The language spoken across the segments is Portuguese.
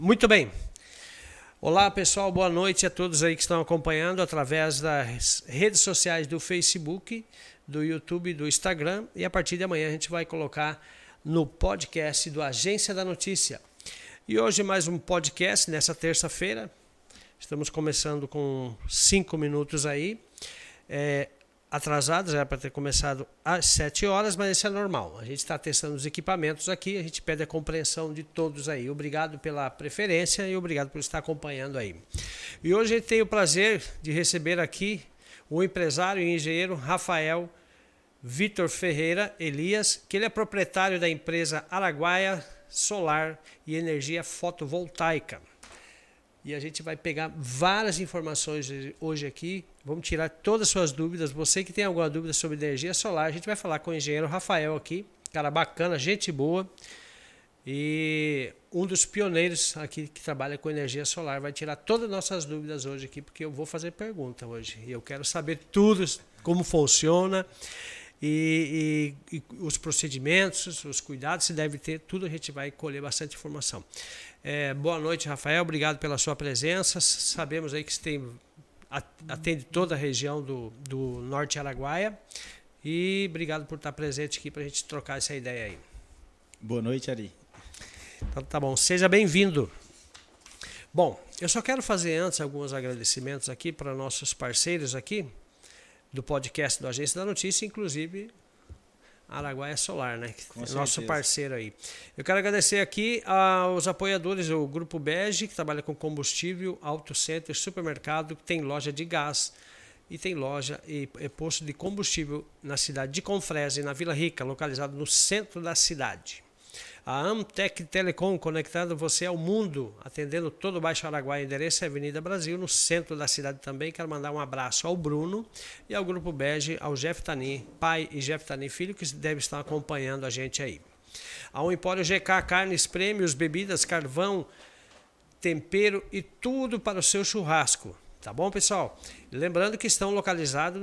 Muito bem. Olá pessoal, boa noite a todos aí que estão acompanhando através das redes sociais do Facebook, do YouTube, do Instagram, e a partir de amanhã a gente vai colocar no podcast do Agência da Notícia. E hoje mais um podcast nessa terça-feira. Estamos começando com 5 minutos aí. Atrasados, era para ter começado às 7 horas, mas isso é normal. A gente está testando os equipamentos aqui, a gente pede a compreensão de todos aí. Obrigado pela preferência e obrigado por estar acompanhando aí. E hoje eu tenho o prazer de receber aqui o empresário e engenheiro Rafael Vitor Ferreira Elias, que ele é proprietário da empresa Araguaia Solar e Energia Fotovoltaica. E a gente vai pegar várias informações hoje aqui, vamos tirar todas as suas dúvidas. Você que tem alguma dúvida sobre energia solar, a gente vai falar com o engenheiro Rafael aqui, cara bacana, gente boa, e um dos pioneiros aqui que trabalha com energia solar, vai tirar todas as nossas dúvidas hoje aqui, porque eu vou fazer pergunta hoje, e eu quero saber tudo, como funciona, e os procedimentos, os cuidados se deve ter, tudo a gente vai colher bastante informação. Boa noite, Rafael, obrigado pela sua presença. Sabemos aí que você atende toda a região do Norte Araguaia e obrigado por estar presente aqui para a gente trocar essa ideia aí. Boa noite, Ari. Então tá bom, seja bem-vindo. Bom, eu só quero fazer antes alguns agradecimentos aqui para nossos parceiros aqui do podcast do Agência da Notícia, inclusive Araguaia Solar, né? Nosso parceiro aí. Eu quero agradecer aqui aos apoiadores do Grupo Bege, que trabalha com combustível, auto center, supermercado, que tem loja de gás e tem loja e posto de combustível na cidade de Confresa, na Vila Rica, localizado no centro da cidade. A Amtec Telecom, conectando você ao mundo, atendendo todo o Baixo Araguaia, endereço é Avenida Brasil, no centro da cidade também. Quero mandar um abraço ao Bruno e ao Grupo Bege, ao Jeff Tani, pai e Jeff Tani, filho, que deve estar acompanhando a gente aí. Ao Empório GK, carnes, prêmios, bebidas, carvão, tempero e tudo para o seu churrasco. Tá bom, pessoal? Lembrando que estão localizados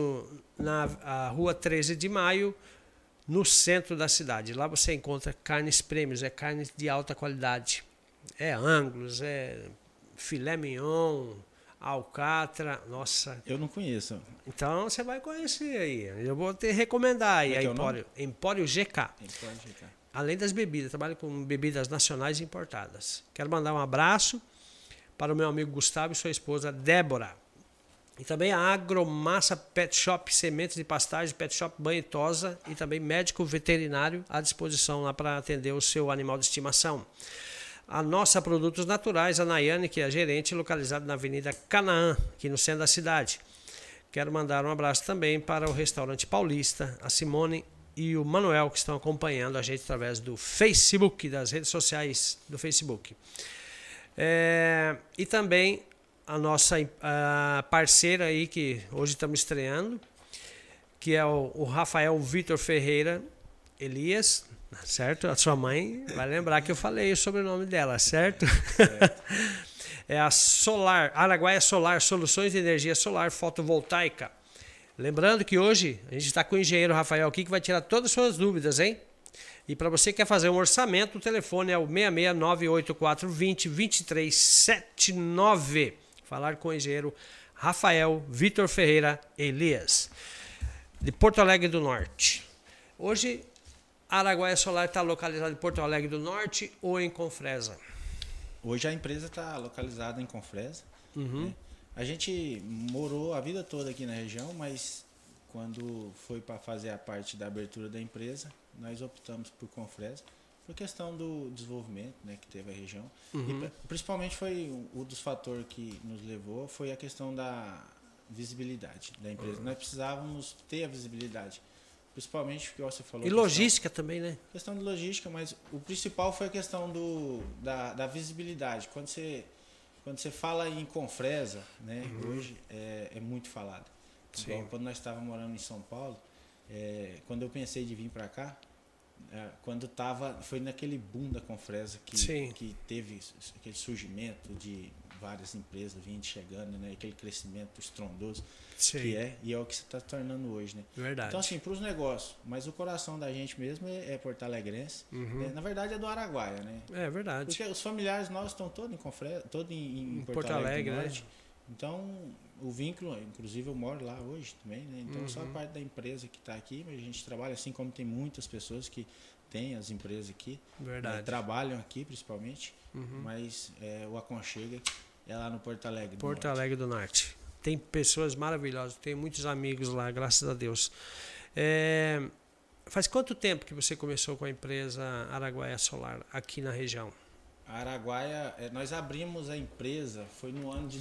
na rua 13 de maio, no centro da cidade. Lá você encontra carnes prêmios, carne de alta qualidade. Angus, filé mignon, alcatra, nossa. Eu não conheço. Então você vai conhecer aí. Eu vou te recomendar aí a Empório GK. Empório GK. Além das bebidas, trabalho com bebidas nacionais e importadas. Quero mandar um abraço para o meu amigo Gustavo e sua esposa Débora. E também a Agromassa Pet Shop, sementes de pastagem, Pet Shop Banho e Tosa, e também médico veterinário à disposição lá para atender o seu animal de estimação. A Nossa Produtos Naturais, a Nayane, que é a gerente, localizada na Avenida Canaã, aqui no centro da cidade. Quero mandar um abraço também para o Restaurante Paulista, a Simone e o Manuel, que estão acompanhando a gente através do Facebook, das redes sociais do Facebook. E também a nossa parceira aí, que hoje estamos estreando, que é o Rafael Vitor Ferreira Elias, certo? A sua mãe vai lembrar que eu falei o sobrenome dela, certo? É a Solar, Araguaia Solar, soluções de energia solar fotovoltaica. Lembrando que hoje a gente está com o engenheiro Rafael aqui, que vai tirar todas as suas dúvidas, hein? E para você que quer fazer um orçamento, o telefone é o 66984202379. Falar com o engenheiro Rafael Vitor Ferreira Elias, de Porto Alegre do Norte. Hoje, a Araguaia Solar está localizada em Porto Alegre do Norte ou em Confresa? Hoje a empresa está localizada em Confresa. Uhum. Né? A gente morou a vida toda aqui na região, mas quando foi para fazer a parte da abertura da empresa, nós optamos por Confresa. Por questão do desenvolvimento, né, que teve a região. Uhum. E principalmente foi um dos fatores que nos levou foi a questão da visibilidade da empresa. Nós precisávamos ter a visibilidade, principalmente porque você falou. E logística também, né? Questão de logística, mas o principal foi a questão da visibilidade. Quando você fala em Confresa, né, hoje é muito falado. Igual quando nós estávamos morando em São Paulo, quando eu pensei de vir para cá, quando foi naquele boom da Confresa que teve aquele surgimento de várias empresas vindo chegando, né? Aquele crescimento estrondoso e é o que você está tornando hoje, né? Verdade. Então, assim, para os negócios, mas o coração da gente mesmo é Porto Alegrense, né? Na verdade é do Araguaia, né? É verdade. Porque os familiares nossos estão todos em Confresa, todos em Porto Alegre, né? Então, o vínculo, inclusive eu moro lá hoje também, né? Então, só a parte da empresa que está aqui, mas a gente trabalha assim como tem muitas pessoas que têm as empresas aqui, né? Trabalham aqui principalmente, mas o aconchego é lá no Porto Alegre do Porto Norte. Alegre do Norte. Tem pessoas maravilhosas, tem muitos amigos lá, graças a Deus. Faz quanto tempo que você começou com a empresa Araguaia Solar aqui na região? A Araguaia, nós abrimos a empresa, foi no ano de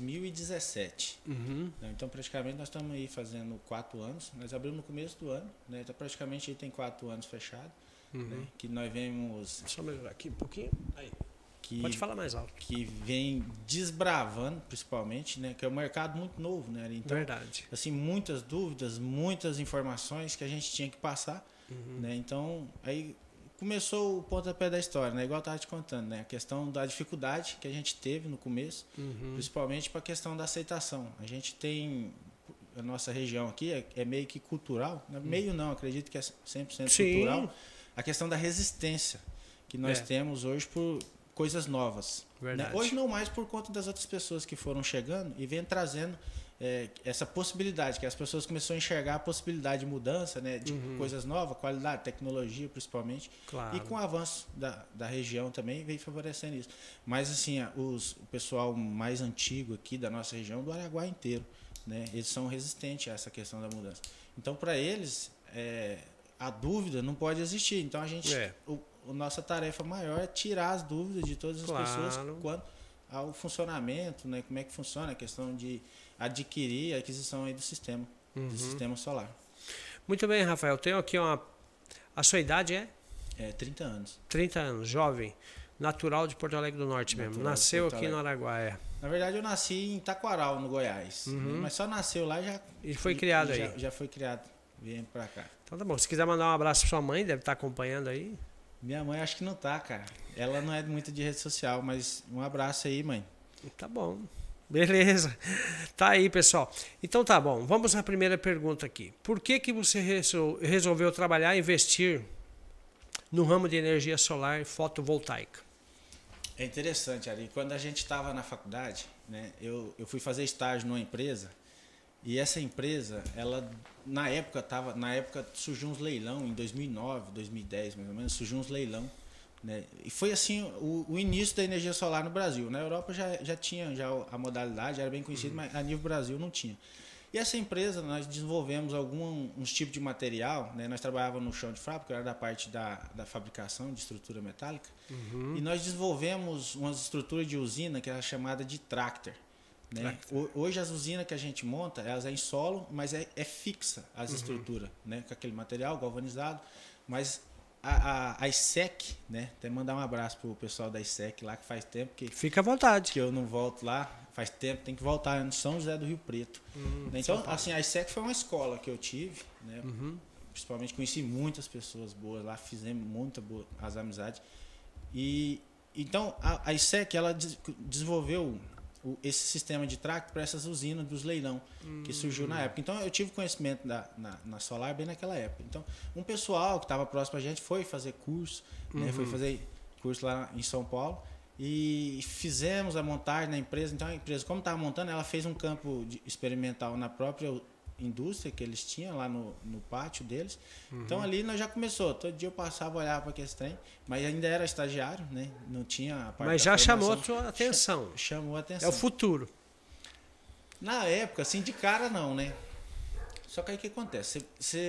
2017. Então, praticamente, nós estamos aí fazendo 4 anos. Nós abrimos no começo do ano, né? Então, praticamente, aí tem 4 anos fechado. Né? Que nós vemos... Só melhorar aqui um pouquinho. Aí. Que, pode falar mais alto. Que vem desbravando, principalmente, né? Que é um mercado muito novo, né? Então, verdade. Assim, muitas dúvidas, muitas informações que a gente tinha que passar. Né? Então, aí... Começou o pontapé da história, né? Igual eu estava te contando, né? A questão da dificuldade que a gente teve no começo, principalmente para a questão da aceitação. A gente tem, a nossa região aqui é meio que cultural, né? Meio não, acredito que é 100% cultural. A questão da resistência que nós temos hoje por coisas novas. Né? Hoje não mais por conta das outras pessoas que foram chegando e vem trazendo essa possibilidade, que as pessoas começaram a enxergar a possibilidade de mudança, né, de coisas novas, qualidade, tecnologia principalmente, e com o avanço da região também veio favorecendo isso. Mas assim, o pessoal mais antigo aqui da nossa região, do Araguaia inteiro, né, eles são resistentes a essa questão da mudança. Então, para eles, a dúvida não pode existir. Então, a gente, a nossa tarefa maior é tirar as dúvidas de todas as pessoas quanto ao funcionamento, né, como é que funciona a questão de adquirir a aquisição aí do sistema solar. Muito bem, Rafael. Tenho aqui a sua idade é? 30 anos. 30 anos, jovem, natural de Porto Alegre do Norte mesmo. Nasceu aqui no Araguaia. Na verdade, eu nasci em Taquaral, no Goiás. Mas só nasceu lá e foi criado aí. Já foi criado, vindo pra cá. Então tá bom. Se quiser mandar um abraço pra sua mãe, deve estar acompanhando aí. Minha mãe acho que não tá, cara. Ela não é muito de rede social, mas um abraço aí, mãe. Tá bom. Beleza. Tá aí, pessoal. Então tá bom. Vamos à primeira pergunta aqui. Por que você resolveu trabalhar e investir no ramo de energia solar e fotovoltaica? É interessante, Ari. Quando a gente estava na faculdade, né, eu fui fazer estágio numa empresa e essa empresa, ela na época surgiu uns leilão em 2009, 2010 mais ou menos, surgiu uns leilão. Né? E foi assim o início da energia solar no Brasil. Na Europa já tinha a modalidade, era bem conhecido, mas a nível Brasil não tinha. E essa empresa, nós desenvolvemos uns tipos de material, né? Nós trabalhávamos no chão de fábrica, era da parte da fabricação de estrutura metálica, e nós desenvolvemos uma estrutura de usina que era chamada de tractor. Né? Hoje as usinas que a gente monta, elas é em solo, mas é fixa as estruturas, né? Com aquele material galvanizado, mas a ISEC, né? Até mandar um abraço pro pessoal da ISEC lá, que faz tempo que... Fica à vontade. Que eu não volto lá, faz tempo, tem que voltar no São José do Rio Preto. Então, assim, a ISEC foi uma escola que eu tive, né? Principalmente conheci muitas pessoas boas lá, fizemos muitas boas as amizades. E então, a ISEC, ela desenvolveu esse sistema de tracto para essas usinas dos leilão que surgiu na época. Então eu tive conhecimento na Solar bem naquela época. Então um pessoal que estava próximo a gente foi fazer curso, né, foi fazer curso lá em São Paulo e fizemos a montagem na empresa. Então a empresa, como estava montando, ela fez um campo experimental na própria indústria que eles tinham lá no pátio deles. Então ali nós já começou, todo dia eu passava, olhava para aquele trem, mas ainda era estagiário, né? Não tinha a parte mas já chamou a sua atenção. Chamou a atenção. É o futuro. Na época, assim, de cara não, né? Só que aí o que acontece?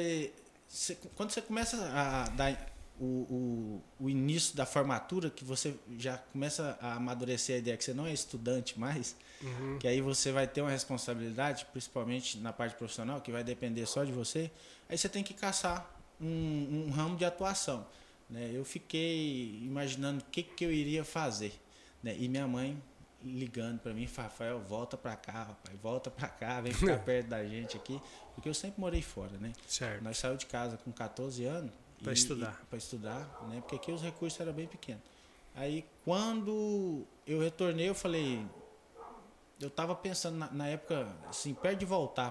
Quando você começa a dar o início da formatura, que você já começa a amadurecer a ideia que você não é estudante mais, que aí você vai ter uma responsabilidade, principalmente na parte profissional, que vai depender só de você, aí você tem que caçar um ramo de atuação. Né? Eu fiquei imaginando o que eu iria fazer. Né? E minha mãe ligando para mim, Rafael, volta para cá, rapaz, volta para cá, vem ficar perto da gente aqui, porque eu sempre morei fora, né? Certo. Nós saímos de casa com 14 anos, Para estudar. Para estudar, né? Porque aqui os recursos eram bem pequenos. Aí quando eu retornei, eu falei, eu estava pensando na época, assim, perto de voltar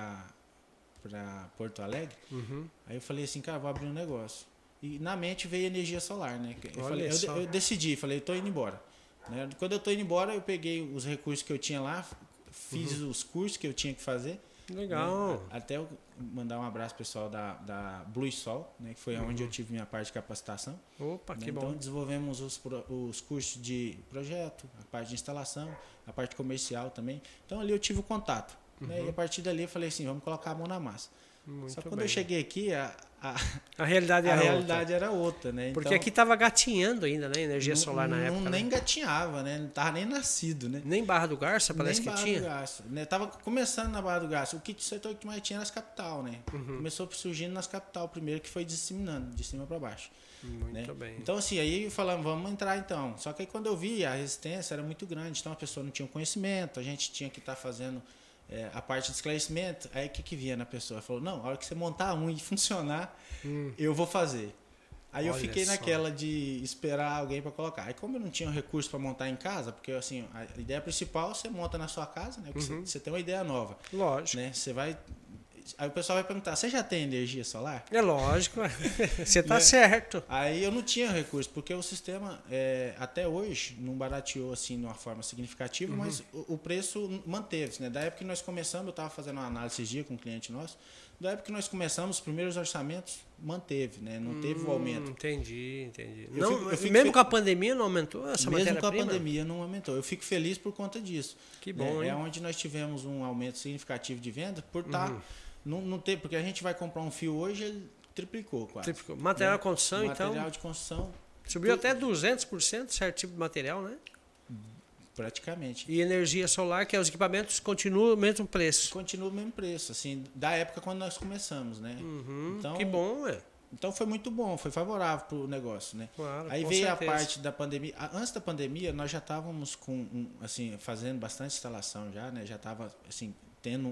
para Porto Alegre, aí eu falei assim, cara, vou abrir um negócio. E na mente veio energia solar, né? Eu decidi, falei, estou indo embora. Né? Quando eu estou indo embora, eu peguei os recursos que eu tinha lá, fiz os cursos que eu tinha que fazer. Legal. Né? Até eu mandar um abraço pessoal da Blue Sol, né? Que foi onde eu tive minha parte de capacitação. Opa, né? que bom. Então desenvolvemos os cursos de projeto, a parte de instalação, a parte comercial também. Então ali eu tive o contato. Né? E a partir dali eu falei assim, vamos colocar a mão na massa. Muito Só que quando bem. eu cheguei aqui, a realidade era outra, né? Porque então, aqui estava gatinhando ainda, né? Energia solar na época. Não nem né? gatinhava, né? Não estava nem nascido, né? Nem Barra do Garça parece nem que Barra tinha. Do Garça, né? Tava começando na Barra do Garça. O setor que mais tinha era as capital, né? Começou surgindo nas capital primeiro, que foi disseminando, de cima para baixo. Muito né? bem. Então, assim, aí falamos, vamos entrar então. Só que aí quando eu vi, a resistência era muito grande. Então a pessoa não tinha conhecimento, a gente tinha que estar fazendo a parte de esclarecimento. Aí o que vinha na pessoa? Falou, não, a hora que você montar um e funcionar, eu vou fazer. Aí eu fiquei naquela de esperar alguém para colocar. Aí como eu não tinha recurso para montar em casa, porque assim, a ideia principal você monta na sua casa, né? Porque você tem uma ideia nova. Lógico. Né? Você vai... Aí o pessoal vai perguntar, você já tem energia solar? É lógico, você está certo. Aí eu não tinha recurso, porque o sistema até hoje não barateou assim de uma forma significativa, mas o preço manteve-se. Né? Da época que nós começamos, eu estava fazendo uma análise esses dias com um cliente nosso, da época que nós começamos, os primeiros orçamentos manteve, né? Não teve o aumento. Entendi. Mesmo com a pandemia não aumentou essa matéria-prima? Mesmo com a pandemia não aumentou. Eu fico feliz por conta disso. Que bom, hein? É onde nós tivemos um aumento significativo de venda por estar... Não ter, porque a gente vai comprar um fio hoje, ele triplicou quase. Material de construção, então? Material de construção. Subiu até 200%, certo tipo de material, né? Praticamente. E energia solar, que é os equipamentos, continua o mesmo preço? Continua o mesmo preço, assim, da época quando nós começamos, né? Então, que bom, Então foi muito bom, foi favorável para o negócio, né? Claro, aí veio certeza. A parte da pandemia. Antes da pandemia, nós já estávamos assim, fazendo bastante instalação já, né? Já estava assim, tendo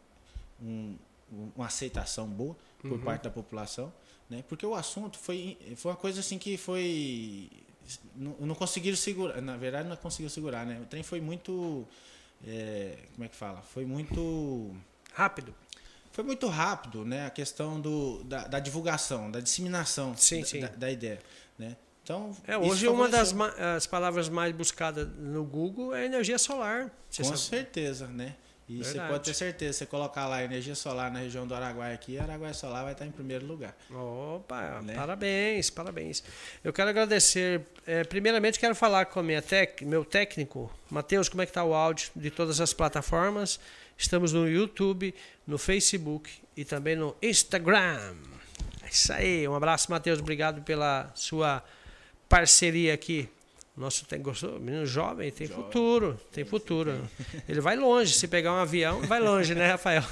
uma aceitação boa por parte da população, né? Porque o assunto foi uma coisa assim que foi... Não conseguiram segurar, na verdade não conseguiu segurar, né? O trem foi muito... como é que fala? Foi muito... Rápido. Foi muito rápido, né? A questão da divulgação, da disseminação da ideia, né? Então, hoje uma das as palavras mais buscadas no Google é energia solar. Com certeza, né? E verdade. Você pode ter certeza, você colocar lá energia solar na região do Araguaia aqui, Araguaia Solar vai estar em primeiro lugar. Opa, né? Parabéns. Eu quero agradecer, primeiramente quero falar com meu técnico, Matheus, como é que está o áudio de todas as plataformas. Estamos no YouTube, no Facebook e também no Instagram. É isso aí, um abraço, Matheus, obrigado pela sua parceria aqui. Nosso gostou? Menino jovem, tem futuro. Ele vai longe, se pegar um avião, vai longe, né, Rafael?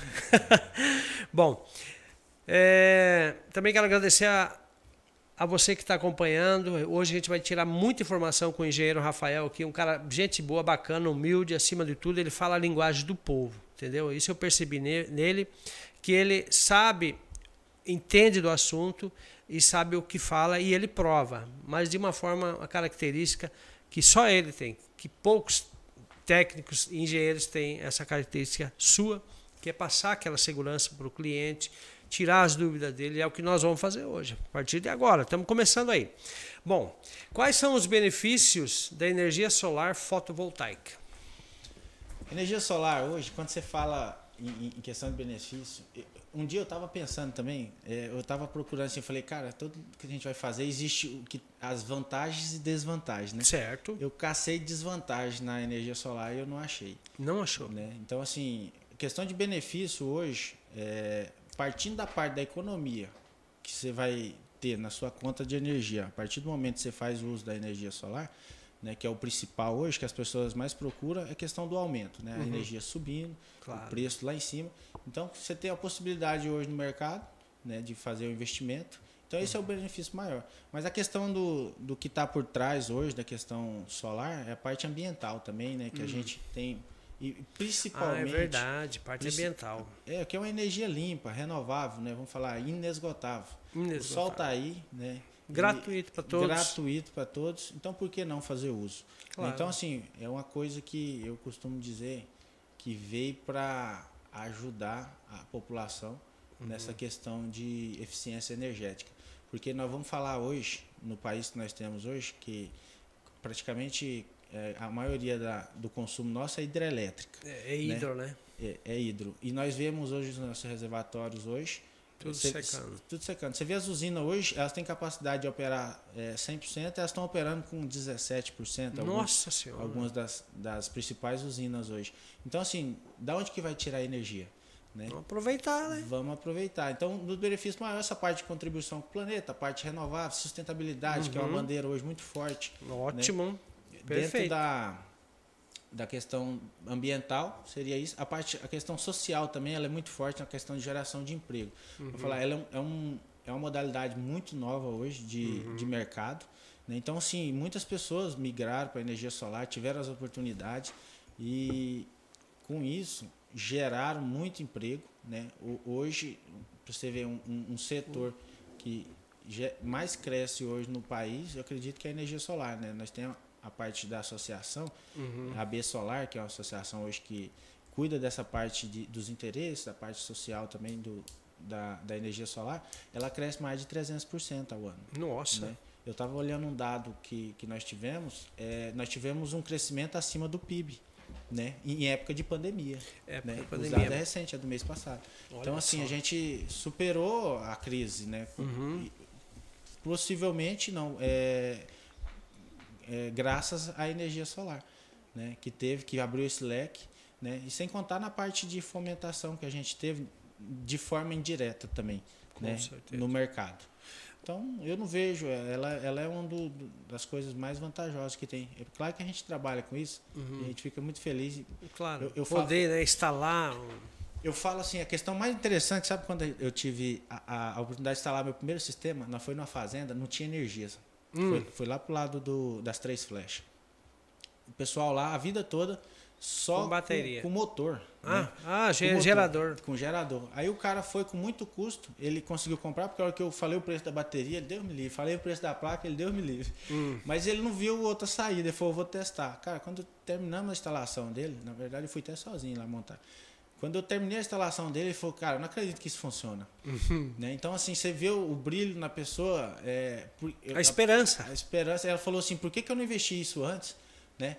Bom, também quero agradecer a você que está acompanhando. Hoje a gente vai tirar muita informação com o engenheiro Rafael aqui, um cara, gente boa, bacana, humilde, acima de tudo, ele fala a linguagem do povo, entendeu? Isso eu percebi nele, que ele entende do assunto e sabe o que fala e ele prova, mas de uma forma, uma característica que só ele tem, que poucos técnicos e engenheiros têm essa característica sua, que é passar aquela segurança para o cliente, tirar as dúvidas dele, é o que nós vamos fazer hoje, a partir de agora, estamos começando aí. Bom, quais são os benefícios da energia solar fotovoltaica? Energia solar hoje, quando você fala em questão de benefício, um dia eu estava pensando também, eu estava procurando assim, eu falei, cara, tudo que a gente vai fazer, existe as vantagens e desvantagens, né? Certo. Eu cacei desvantagem na energia solar e eu não achei. Não achou? Né? Então, assim, questão de benefício hoje, partindo da parte da economia que você vai ter na sua conta de energia, a partir do momento que você faz uso da energia solar, né, que é o principal hoje, que as pessoas mais procuram, é a questão do aumento, né? A energia subindo, claro. O preço lá em cima. Então, você tem a possibilidade hoje no mercado, né, de fazer o investimento. Então, esse é o benefício maior. Mas a questão do que está por trás hoje, da questão solar, é a parte ambiental também, né? Que a gente tem E principalmente... é verdade, parte ambiental. Que é uma energia limpa, renovável, né? Vamos falar inesgotável. O sol está aí, né? Gratuito para todos. Gratuito para todos. Então, por que não fazer uso? Claro. Então, assim, é uma coisa que eu costumo dizer que veio para ajudar a população nessa questão de eficiência energética. Porque nós vamos falar hoje, no país que nós temos hoje, que praticamente a maioria do consumo nosso é hidrelétrica. É hidro, né? É hidro. E nós vemos hoje os nossos reservatórios hoje, tudo secando. Tudo secando. Você vê as usinas hoje, elas têm capacidade de operar 100%, elas estão operando com 17%. Nossa Senhora! Algumas das principais usinas hoje. Então, assim, da onde que vai tirar a energia? Né? Vamos aproveitar, né? Vamos aproveitar. Então, nos benefícios maiores, essa parte de contribuição com o planeta, a parte renovável, sustentabilidade, que é uma bandeira hoje muito forte. Ótimo. Né? Perfeito. Dentro da questão ambiental, seria isso. A questão social também, ela é muito forte na questão de geração de emprego. Vou falar, ela é uma modalidade muito nova hoje de mercado. Né? Então, assim, muitas pessoas migraram para a energia solar, tiveram as oportunidades e, com isso, geraram muito emprego. Né? Hoje, para você ver um setor que mais cresce hoje no país, eu acredito que é a energia solar. Né? Nós temos a parte da associação, a B Solar, que é uma associação hoje que cuida dessa parte dos interesses, da parte social também da energia solar, ela cresce mais de 300% ao ano. Nossa! Né? Eu estava olhando um dado que nós tivemos um crescimento acima do PIB, né? Em época de pandemia. Né? O dado é recente, é do mês passado. Olha então, assim, só. a gente superou a crise, né? Possivelmente não. Graças à energia solar, né? Que abriu esse leque, né? E sem contar na parte de fomentação que a gente teve de forma indireta também, né? No mercado. Então, eu não vejo, ela é uma das coisas mais vantajosas que tem. É claro que a gente trabalha com isso, e a gente fica muito feliz. Claro, eu poder, né, instalar... Eu falo assim, a questão mais interessante, sabe quando eu tive a oportunidade de instalar meu primeiro sistema, nós foi numa fazenda, não tinha energia. Foi lá pro lado das Três Flechas. O pessoal lá, a vida toda, só com bateria. Com motor. Gerador. Com gerador. Aí o cara foi com muito custo, ele conseguiu comprar, porque a hora que eu falei o preço da bateria, ele deu me livre. Falei o preço da placa, ele deu me livre. Mas ele não viu outra saída, ele falou, vou testar. Cara, quando terminamos a instalação dele, na verdade eu fui até sozinho lá montar. Quando eu terminei a instalação dele, ele falou, cara, eu não acredito que isso funciona. Né? Então, assim, você vê o brilho na pessoa... a esperança. A esperança. Ela falou assim, por que eu não investi isso antes? Né?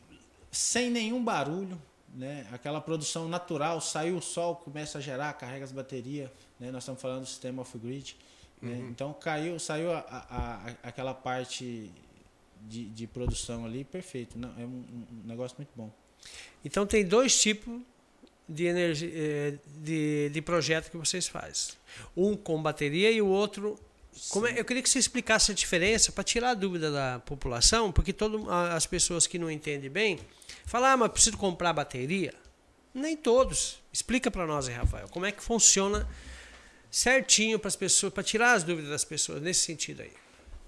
Sem nenhum barulho, né? Aquela produção natural, saiu o sol, começa a gerar, carrega as baterias. Né? Nós estamos falando do sistema off-grid. Né? Então, saiu aquela parte de produção ali, perfeito. Não, é um negócio muito bom. Então, tem dois tipos de energia, de projeto que vocês fazem. Um com bateria e o outro... eu queria que você explicasse a diferença para tirar a dúvida da população, porque as pessoas que não entendem bem falam, mas preciso comprar bateria? Nem todos. Explica para nós aí, Rafael, como é que funciona certinho para as pessoas, para tirar as dúvidas das pessoas nesse sentido aí.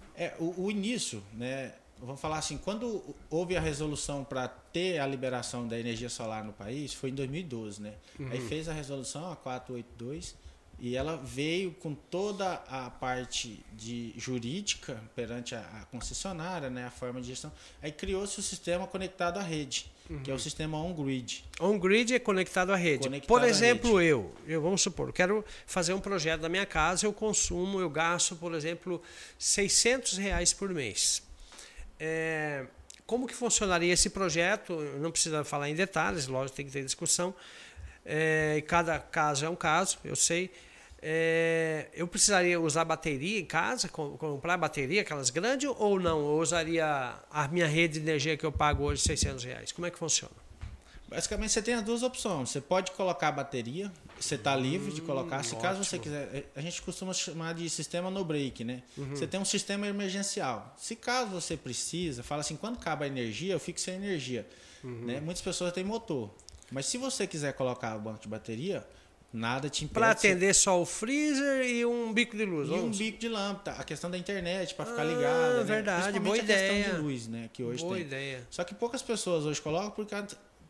O início, né? Vamos falar assim, quando houve a resolução para ter a liberação da energia solar no país, foi em 2012, né? Aí fez a resolução, a 482, e ela veio com toda a parte jurídica perante a concessionária, né? A forma de gestão. Aí criou-se o sistema conectado à rede, que é o sistema on-grid. On-grid é conectado à rede. Por exemplo, eu vamos supor, eu quero fazer um projeto na minha casa, eu gasto, por exemplo, R$600 por mês. Como que funcionaria esse projeto? Não precisa falar em detalhes, lógico, tem que ter discussão. Cada caso é um caso, eu sei. Eu precisaria usar bateria em casa, comprar bateria, aquelas grandes, ou não? Eu usaria a minha rede de energia que eu pago hoje, R$600. Como é que funciona? Basicamente, você tem as duas opções. Você pode colocar a bateria, você está livre de colocar. Se caso você quiser, a gente costuma chamar de sistema no break, né? Você tem um sistema emergencial. Se caso você precisa, fala assim, quando acaba a energia, eu fico sem energia. Né? Muitas pessoas têm motor. Mas se você quiser colocar o banco de bateria, nada te impede. Para atender só o freezer e um bico de luz. E um bico de lâmpada. A questão da internet, para ficar ligada. Verdade, né? boa ideia. A questão de luz, né? Que hoje boa tem. Ideia. Só que poucas pessoas hoje colocam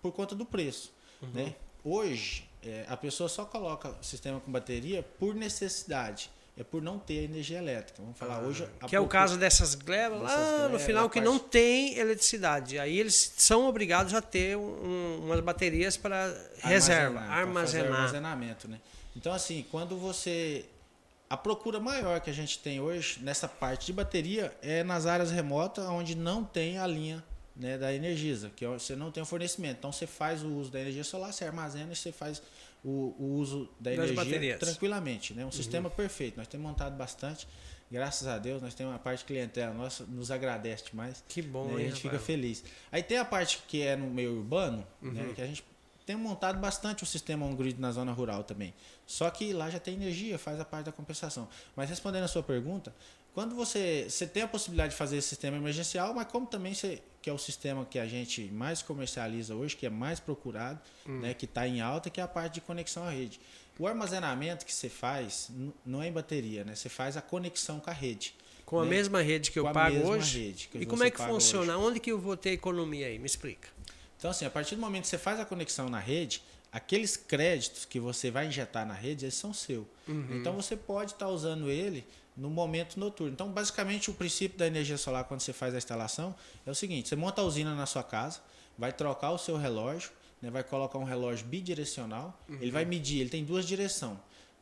por conta do preço. Né? Hoje, a pessoa só coloca o sistema com bateria por necessidade. É por não ter energia elétrica. Vamos falar hoje... Que é o caso dessas glebas lá no final que não tem eletricidade. Aí eles são obrigados a ter umas baterias para reserva, armazenar. Armazenamento, né? Então, assim, quando você... A procura maior que a gente tem hoje nessa parte de bateria é nas áreas remotas onde não tem a linha, né, da Energisa, que você não tem o fornecimento. Então você faz o uso da energia solar, você armazena e você faz o uso da energia baterias tranquilamente. Né? Um sistema perfeito. Nós temos montado bastante. Graças a Deus, nós temos uma parte de clientela nossa, nos agradece demais. Que bom, né? hein, a gente fica Rafael? feliz. Aí tem a parte que é no meio urbano, né, que a gente tem montado bastante o sistema on-grid na zona rural também. Só que lá já tem energia, faz a parte da compensação. Mas respondendo a sua pergunta, quando você tem a possibilidade de fazer esse sistema emergencial, mas como também que é o sistema que a gente mais comercializa hoje, que é mais procurado, né, que está em alta, que é a parte de conexão à rede. O armazenamento que você faz não é em bateria, né? Você faz a conexão com a rede. Com a né? mesma rede que eu Com a pago mesma hoje? rede que E você como é que paga funciona? hoje. Onde que eu vou ter economia aí? Me explica. Então, assim, a partir do momento que você faz a conexão na rede, aqueles créditos que você vai injetar na rede, eles são seus. Então, você pode estar usando ele no momento noturno. Então, basicamente, o princípio da energia solar, quando você faz a instalação, é o seguinte: você monta a usina na sua casa, vai trocar o seu relógio, né, vai colocar um relógio bidirecional, ele vai medir, ele tem duas direções.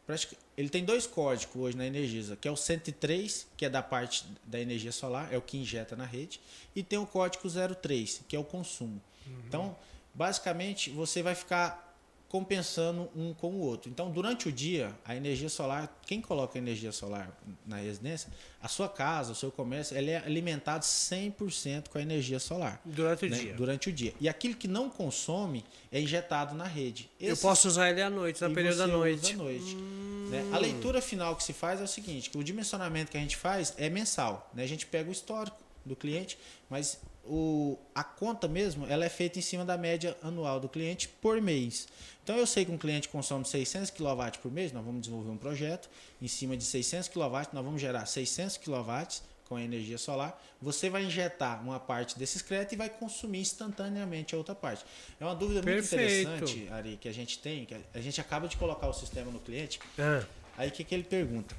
Ele tem dois códigos hoje na Energisa, que é o 103, que é da parte da energia solar, é o que injeta na rede, e tem o código 03, que é o consumo. Então, basicamente, você vai ficar compensando um com o outro. Então, durante o dia, a energia solar, quem coloca energia solar na residência, a sua casa, o seu comércio, ele é alimentado 100% com a energia solar. Durante o né? dia. Durante o dia. E aquilo que não consome é injetado na rede. Eu posso usar ele à noite, no período da noite. Usa à noite. Né? A leitura final que se faz é o seguinte, que o dimensionamento que a gente faz é mensal. Né? A gente pega o histórico do cliente, mas a conta mesmo ela é feita em cima da média anual do cliente por mês. Então eu sei que um cliente consome 600 kW por mês, nós vamos desenvolver um projeto em cima de 600 kW, nós vamos gerar 600 kW com a energia solar, você vai injetar uma parte desses créditos e vai consumir instantaneamente a outra parte. É uma dúvida muito interessante, Ari, que a gente tem, que a gente acaba de colocar o sistema no cliente, aí o que ele pergunta?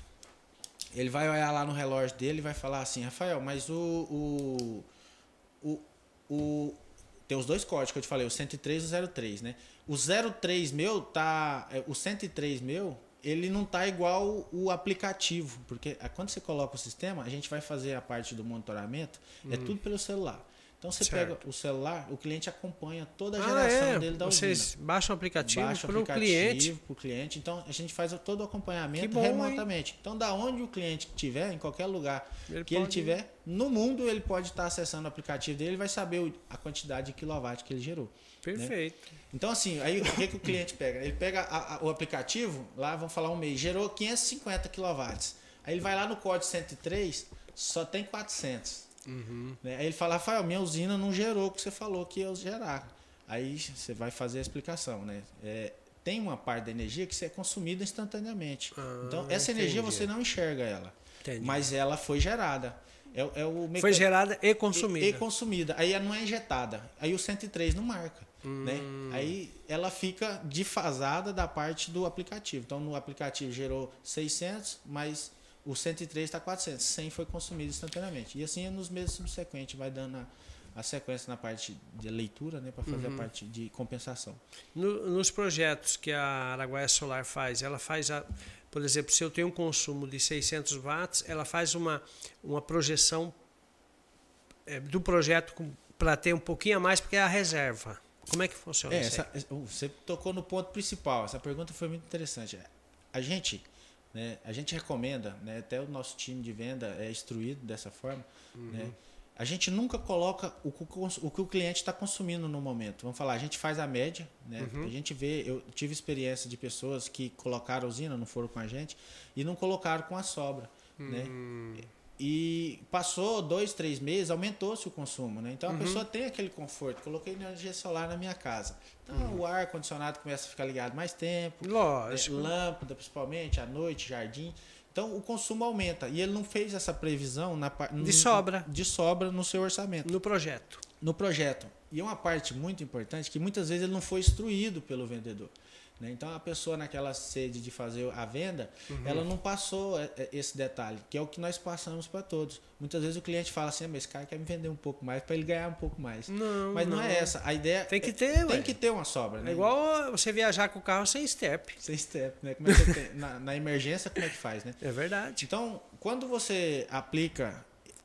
Ele vai olhar lá no relógio dele e vai falar assim: Rafael, mas tem os dois códigos que eu te falei, o 103 e o 03, né? O 03 meu tá... O 103 meu, ele não tá igual o aplicativo, porque quando você coloca o sistema, a gente vai fazer a parte do monitoramento, é tudo pelo celular. Então você pega o celular, o cliente acompanha toda a geração dele da usina. Vocês baixam o aplicativo para o cliente. Então a gente faz todo o acompanhamento remotamente. Então da onde o cliente estiver, em qualquer lugar ele tiver, no mundo ele pode estar acessando o aplicativo dele e vai saber a quantidade de quilowatt que ele gerou. Perfeito. Né? Então assim, aí o que o cliente pega? Ele pega o aplicativo, lá vamos falar um mês, gerou 550 quilowatts. Aí ele vai lá no código 103, só tem 400. Né? Aí ele fala: Rafael, minha usina não gerou o que você falou que ia gerar. Aí você vai fazer a explicação, né? Tem uma parte da energia que é consumida instantaneamente. Então essa energia você não enxerga ela, mas ela foi gerada. Foi gerada e consumida. E consumida. Aí ela não é injetada. Aí o 103 não marca. Né? Aí ela fica desfasada da parte do aplicativo. Então no aplicativo gerou 600, mas o 103 está 400, 100 foi consumido instantaneamente. E assim nos meses subsequentes vai dando a sequência na parte de leitura, né, para fazer a parte de compensação. Nos projetos que a Araguaia Solar faz, ela faz, por exemplo, se eu tenho um consumo de 600 watts, ela faz uma projeção do projeto para ter um pouquinho a mais, porque é a reserva. Como é que funciona isso aí? Você tocou no ponto principal. Essa pergunta foi muito interessante. A gente recomenda, né, até o nosso time de venda é instruído dessa forma, né, a gente nunca coloca o que o cliente está consumindo no momento. Vamos falar, a gente faz a média, né, a gente vê, eu tive experiência de pessoas que colocaram a usina, não foram com a gente, e não colocaram com a sobra. Né? E passou 2, 3 meses, aumentou-se o consumo. Né? Então a pessoa tem aquele conforto. Coloquei energia solar na minha casa. Então o ar-condicionado começa a ficar ligado mais tempo. Lógico. Lâmpada, principalmente, à noite, jardim. Então o consumo aumenta. E ele não fez essa previsão de sobra no seu orçamento. No projeto. no projeto. E uma parte muito importante que muitas vezes ele não foi instruído pelo vendedor. Né? Então a pessoa naquela sede de fazer a venda, ela não passou esse detalhe, que é o que nós passamos para todos. Muitas vezes o cliente fala assim, mas esse cara quer me vender um pouco mais para ele ganhar um pouco mais. Não, mas não é essa. A ideia tem que ter, tem que ter uma sobra. Né? É igual você viajar com o carro sem step. Sem step, né? Como é que você tem? Na emergência, como é que faz, né? É verdade. Então, quando você aplica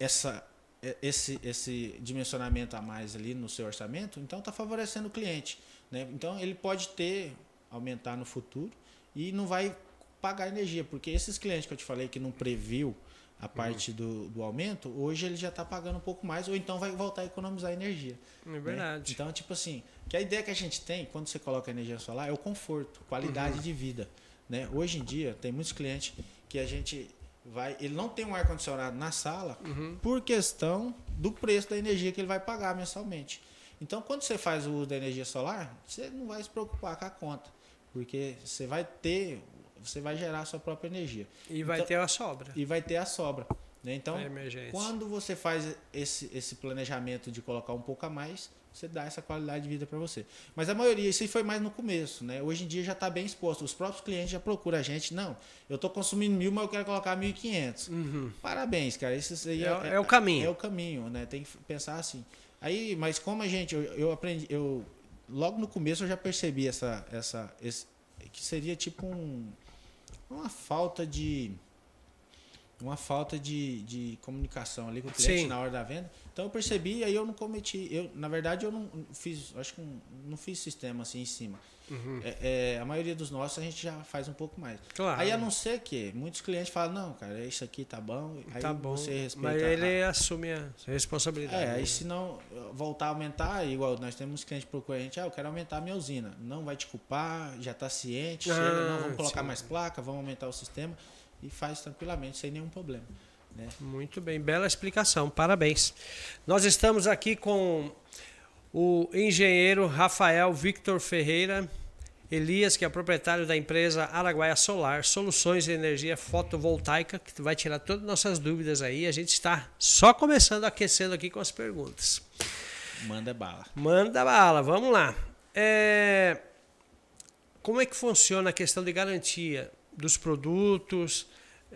esse dimensionamento a mais ali no seu orçamento, então está favorecendo o cliente. Né? Então, ele pode aumentar no futuro e não vai pagar energia, porque esses clientes que eu te falei que não previu a parte do aumento, hoje ele já está pagando um pouco mais, ou então vai voltar a economizar energia. É verdade. Né? Então, tipo assim, que a ideia que a gente tem quando você coloca energia solar é o conforto, qualidade de vida. Né? Hoje em dia, tem muitos clientes que a gente ele não tem um ar-condicionado na sala por questão do preço da energia que ele vai pagar mensalmente. Então, quando você faz o uso da energia solar, você não vai se preocupar com a conta, porque você vai gerar a sua própria energia. E vai ter a sobra. E vai ter a sobra. Né? Então, emergência. Quando você faz esse planejamento de colocar um pouco a mais, você dá essa qualidade de vida para você. Mas a maioria, isso aí foi mais no começo. Né? Hoje em dia já está bem exposto. Os próprios clientes já procuram a gente. Não, eu estou consumindo 1.000, mas eu quero colocar 1.500. Parabéns, cara. Isso aí é o caminho. É o caminho, né? Tem que pensar assim. Aí, mas como a gente, eu aprendi, logo no começo eu já percebi que seria tipo uma falta de comunicação ali com o cliente na hora da venda. Então eu percebi, aí eu não cometi, na verdade eu não fiz, acho que não fiz sistema assim em cima. A maioria dos nossos a gente já faz um pouco mais. Claro. Aí a não ser que muitos clientes falam, não, cara, isso aqui tá bom, aí tá bom, você respeita. Mas ele assume a responsabilidade. Aí se não voltar a aumentar, igual nós temos clientes que procuram a gente, eu quero aumentar a minha usina. Não vai te culpar, já está ciente, chega, não, vamos colocar mais placa, vamos aumentar o sistema e faz tranquilamente, sem nenhum problema. Né? Muito bem, bela explicação, parabéns. Nós estamos aqui com o engenheiro Rafael Victor Ferreira Elias, que é o proprietário da empresa Araguaia Solar, soluções de energia fotovoltaica, que vai tirar todas as nossas dúvidas aí. A gente está só começando, aquecendo aqui com as perguntas. Manda bala. Manda bala, vamos lá. Como é que funciona a questão de garantia dos produtos,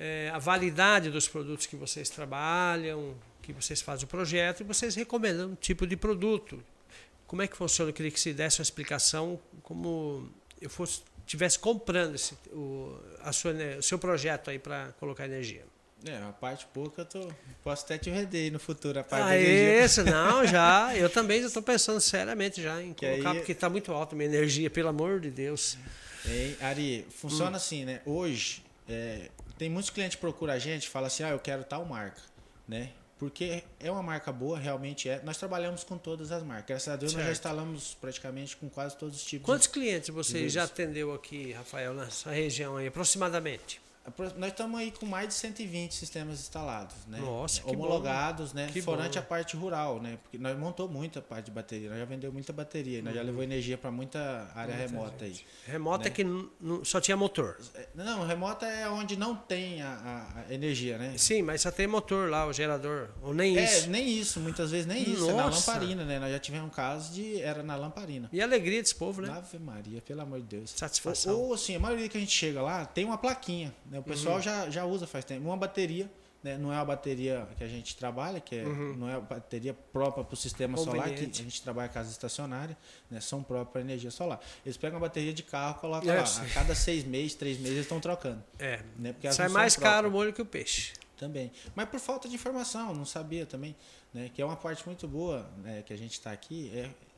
a validade dos produtos que vocês trabalham, que vocês fazem o projeto e vocês recomendam um tipo de produto? Como é que funciona? Eu queria que se desse uma explicação como eu estivesse comprando o seu projeto aí para colocar energia. A parte pouca posso até te vender aí no futuro, a parte da energia. Isso, não, eu também já estou pensando seriamente já em colocar, porque está muito alta a minha energia, pelo amor de Deus. Ari, funciona assim, né? Hoje, tem muitos clientes que procuram a gente e falam assim, eu quero tal marca, né? Porque é uma marca boa, realmente é. Nós trabalhamos com todas as marcas. Graças a Deus, nós já instalamos praticamente com quase todos os tipos. Quantos clientes você já atendeu aqui, Rafael, nessa região aí, aproximadamente? Nós estamos aí com mais de 120 sistemas instalados, né? Nossa, que homologados, bom. né? Forante a parte rural, né? Porque nós montamos muita parte de bateria, nós já vendeu muita bateria, nós já levou energia para muita área remota aí. Remota, né? Que só tinha motor. Não, remota é onde não tem a energia, né? Sim, mas só tem motor lá, o gerador, ou nem isso. Nem isso, muitas vezes nem isso, é na lamparina, né? Nós já tivemos um caso era na lamparina. E a alegria desse povo, né? Ave Maria, pelo amor de Deus. Satisfação. Ou assim, a maioria que a gente chega lá tem uma plaquinha, né? O pessoal já usa faz tempo. Uma bateria, né? Não é a bateria que a gente trabalha, não é a bateria própria para o sistema solar, que a gente trabalha casa estacionária, né? São próprias para energia solar. Eles pegam a bateria de carro e colocam lá. A cada 6 meses, 3 meses, eles estão trocando. Né? Porque sai mais caro o molho que o peixe. Também. Mas por falta de informação, não sabia também. Né? Que é uma parte muito boa, né? Que a gente está aqui,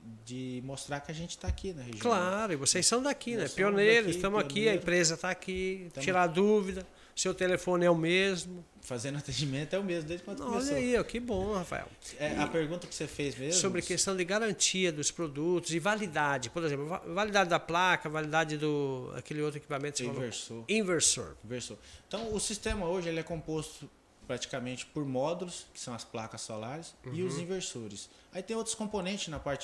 de mostrar que a gente está aqui na região. Claro, e vocês são daqui, né? Pioneiros, estamos aqui, a empresa está aqui, tirar dúvida, seu telefone é o mesmo. Fazendo atendimento é o mesmo, desde quando começou. Olha aí, que bom, Rafael. A pergunta que você fez mesmo... Sobre questão de garantia dos produtos e validade. Por exemplo, validade da placa, validade aquele outro equipamento. Inversor. Então, o sistema hoje ele é composto praticamente por módulos, que são as placas solares, e os inversores. Aí tem outros componentes na parte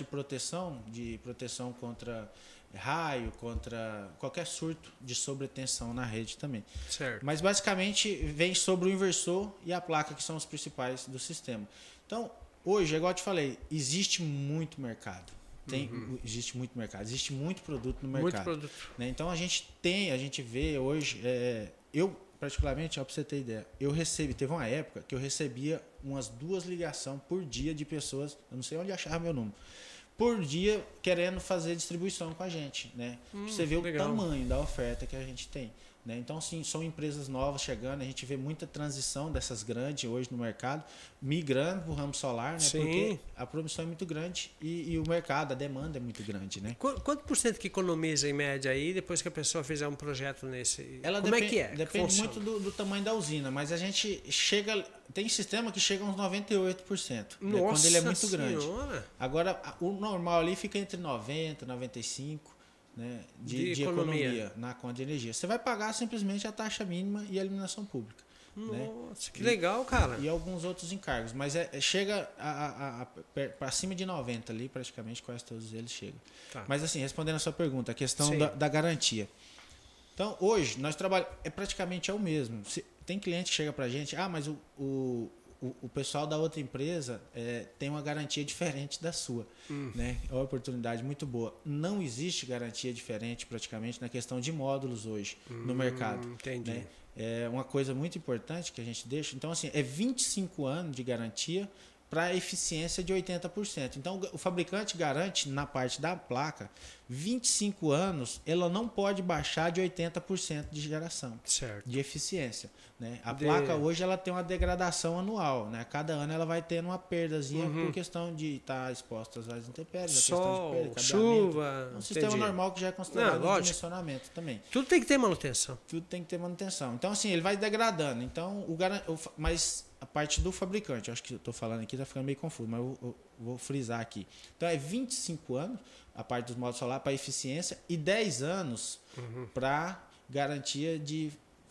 de proteção contra raio, contra qualquer surto de sobretensão na rede também. Certo. Mas basicamente vem sobre o inversor e a placa, que são os principais do sistema. Então, Hoje, igual eu te falei, existe muito mercado. Existe muito mercado, existe muito produto no mercado. Muito produto. Né? Então a gente vê hoje, eu particularmente, para você ter ideia, teve uma época que eu recebia umas 2 ligações por dia de pessoas, eu não sei onde achar meu número, por dia querendo fazer distribuição com a gente, né? Pra você ver legal. o tamanho da oferta que a gente tem. Né? Então, sim, são empresas novas chegando, a gente vê muita transição dessas grandes hoje no mercado, migrando para o ramo solar, né? Porque a produção é muito grande e o mercado, a demanda é muito grande. Né? Quanto por cento que economiza em média aí depois que a pessoa fizer um projeto nesse? Como é que é? Depende muito do tamanho da usina, mas a gente chega. Tem sistema que chega a uns 98%, né? Quando ele é muito grande. Agora, o normal ali fica entre 90% e 95%. Né, de economia na conta de energia. Você vai pagar simplesmente a taxa mínima e a iluminação pública. Nossa, né? Que legal, cara. E alguns outros encargos. Mas chega para cima de 90 ali, praticamente quase todos eles chegam. Tá. Mas assim, respondendo a sua pergunta, a questão da garantia. Então, hoje, nós trabalhamos, praticamente é o mesmo. Tem cliente que chega para a gente, mas o pessoal da outra empresa tem uma garantia diferente da sua. Né? É uma oportunidade muito boa. Não existe garantia diferente praticamente na questão de módulos hoje no mercado. Entendi. Né? É uma coisa muito importante que a gente deixa. Então, assim, 25 anos de garantia para eficiência de 80%. Então, o fabricante garante na parte da placa 25 anos, ela não pode baixar de 80% de geração, de eficiência. Né? A placa hoje ela tem uma degradação anual. Né? Cada ano ela vai tendo uma perdazinha por questão de estar exposta às intempéries, sol, questão de perda, chuva. É um sistema normal que já é considerado de dimensionamento também. Tudo tem que ter manutenção. Tudo tem que ter manutenção. Então, assim, ele vai degradando. Então, mas a parte do fabricante, acho que eu estou falando aqui, está ficando meio confuso, mas eu vou frisar aqui. Então, 25 anos a parte dos módulos solar para eficiência e 10 anos para garantia de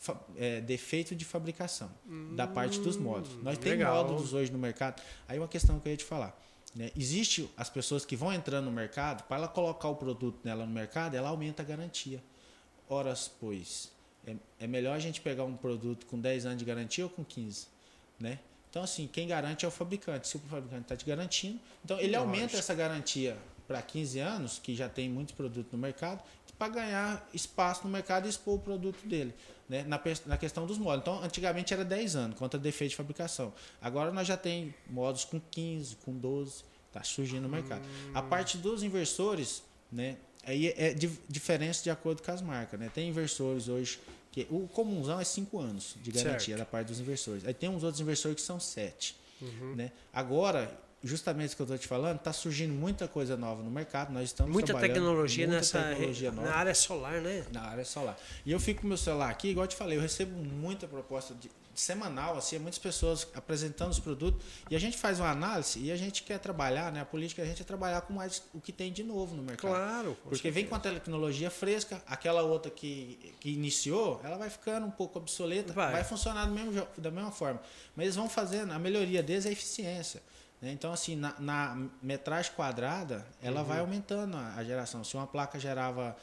defeito de fabricação da parte dos módulos. Nós temos módulos hoje no mercado. Aí uma questão que eu ia te falar. Né? Existe as pessoas que vão entrando no mercado, para ela colocar o produto nela no mercado, ela aumenta a garantia. Horas, pois, é melhor a gente pegar um produto com 10 anos de garantia ou com 15? Né? Então, assim, quem garante é o fabricante. Se o fabricante está te garantindo, então ele aumenta essa garantia para 15 anos, que já tem muitos produtos no mercado, para ganhar espaço no mercado e expor o produto dele. Né? Na questão dos módulos. Então, antigamente era 10 anos, contra defeito de fabricação. Agora nós já tem módulos com 15, com 12, está surgindo no mercado. A parte dos inversores, né? Aí é diferença de acordo com as marcas. Né? Tem inversores hoje, que o comunzão é 5 anos de garantia da parte dos inversores. Aí tem uns outros inversores que são 7. Né? Agora, justamente isso que eu estou te falando, está surgindo muita coisa nova no mercado. Nós estamos muita tecnologia nova, na área solar, né? Na área solar. E eu fico com o meu celular aqui, igual eu te falei, eu recebo muita proposta semanal, assim, muitas pessoas apresentando os produtos, e a gente faz uma análise e a gente quer trabalhar, né? A política da gente é trabalhar com mais o que tem de novo no mercado. Claro. Porque vem com a tecnologia fresca, aquela outra que iniciou, ela vai ficando um pouco obsoleta, vai funcionar da mesma forma. Mas eles vão fazendo, a melhoria deles é a eficiência. Então, assim, na metragem quadrada, ela vai aumentando a geração. Se uma placa gerava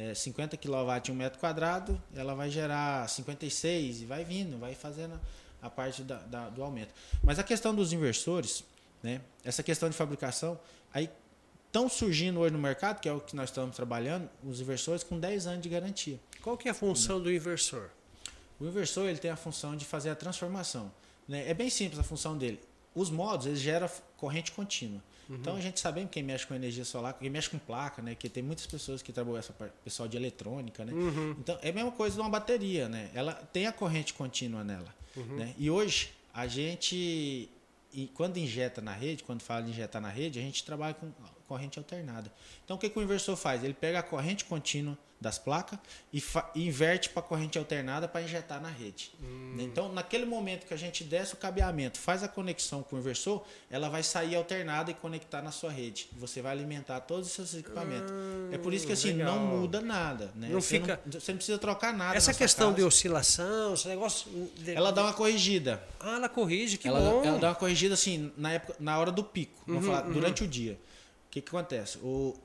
50 kW em 1 metro quadrado, ela vai gerar 56 e vai vindo, vai fazendo a parte do aumento. Mas a questão dos inversores, né, essa questão de fabricação, aí estão surgindo hoje no mercado, que é o que nós estamos trabalhando, os inversores com 10 anos de garantia. Qual que é a função do inversor? O inversor ele tem a função de fazer a transformação. Né? É bem simples a função dele. Os módulos, eles geram corrente contínua. Então, a gente sabe quem mexe com energia solar, quem mexe com placa, né? Que tem muitas pessoas que trabalham, pessoal de eletrônica, né? Então, é a mesma coisa de uma bateria, né? Ela tem a corrente contínua nela. Né? E hoje, a gente, quando injeta na rede, quando fala de injetar na rede, a gente trabalha com corrente alternada. Então, o que o inversor faz? Ele pega a corrente contínua das placas e inverte para a corrente alternada para injetar na rede. Então, naquele momento que a gente desce o cabeamento, faz a conexão com o inversor, ela vai sair alternada e conectar na sua rede. Você vai alimentar todos os seus equipamentos. É por isso que assim, não muda nada. Né? Você não precisa trocar nada. Essa questão de oscilação, esse negócio... Ela dá uma corrigida. Ela corrige, que bom. bom. Ela dá uma corrigida assim, na hora do pico, vamos falar, durante o dia. O que acontece?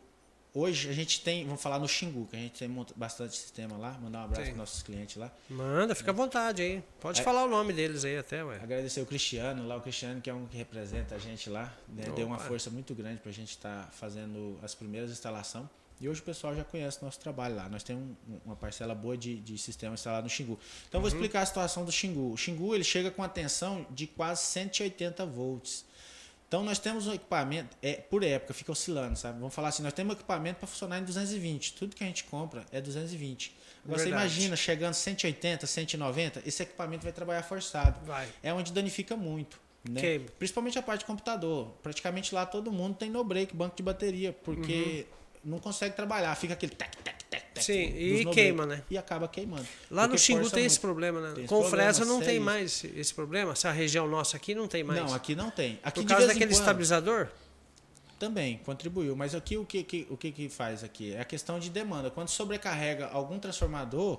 hoje a gente tem, vamos falar no Xingu, que a gente tem bastante sistema lá, mandar um abraço para nossos clientes lá. Manda, fica à vontade aí. Pode falar o nome deles aí até, ué. Agradecer o Cristiano lá, o Cristiano que é um que representa a gente lá, né? Deu uma força muito grande para a gente estar fazendo as primeiras instalações. E hoje o pessoal já conhece o nosso trabalho lá. Nós temos uma parcela boa de sistema instalado no Xingu. Então eu vou explicar a situação do Xingu. O Xingu ele chega com a tensão de quase 180 volts. Então nós temos um equipamento, por época, fica oscilando, sabe? Vamos falar assim, nós temos um equipamento para funcionar em 220. Tudo que a gente compra é 220. Agora você imagina, chegando 180, 190, esse equipamento vai trabalhar forçado. É onde danifica muito. Né? Principalmente a parte de computador. Praticamente lá todo mundo tem no break, banco de bateria, porque não consegue trabalhar. Fica aquele tec. Sim, e queima, né? E acaba queimando. Lá no Xingu tem esse problema, né? Com Fresa não tem mais esse problema. Essa região nossa aqui não tem mais. Não, aqui não tem. Aqui por causa daquele estabilizador? Também contribuiu. Mas aqui o que faz aqui? É a questão de demanda. Quando sobrecarrega algum transformador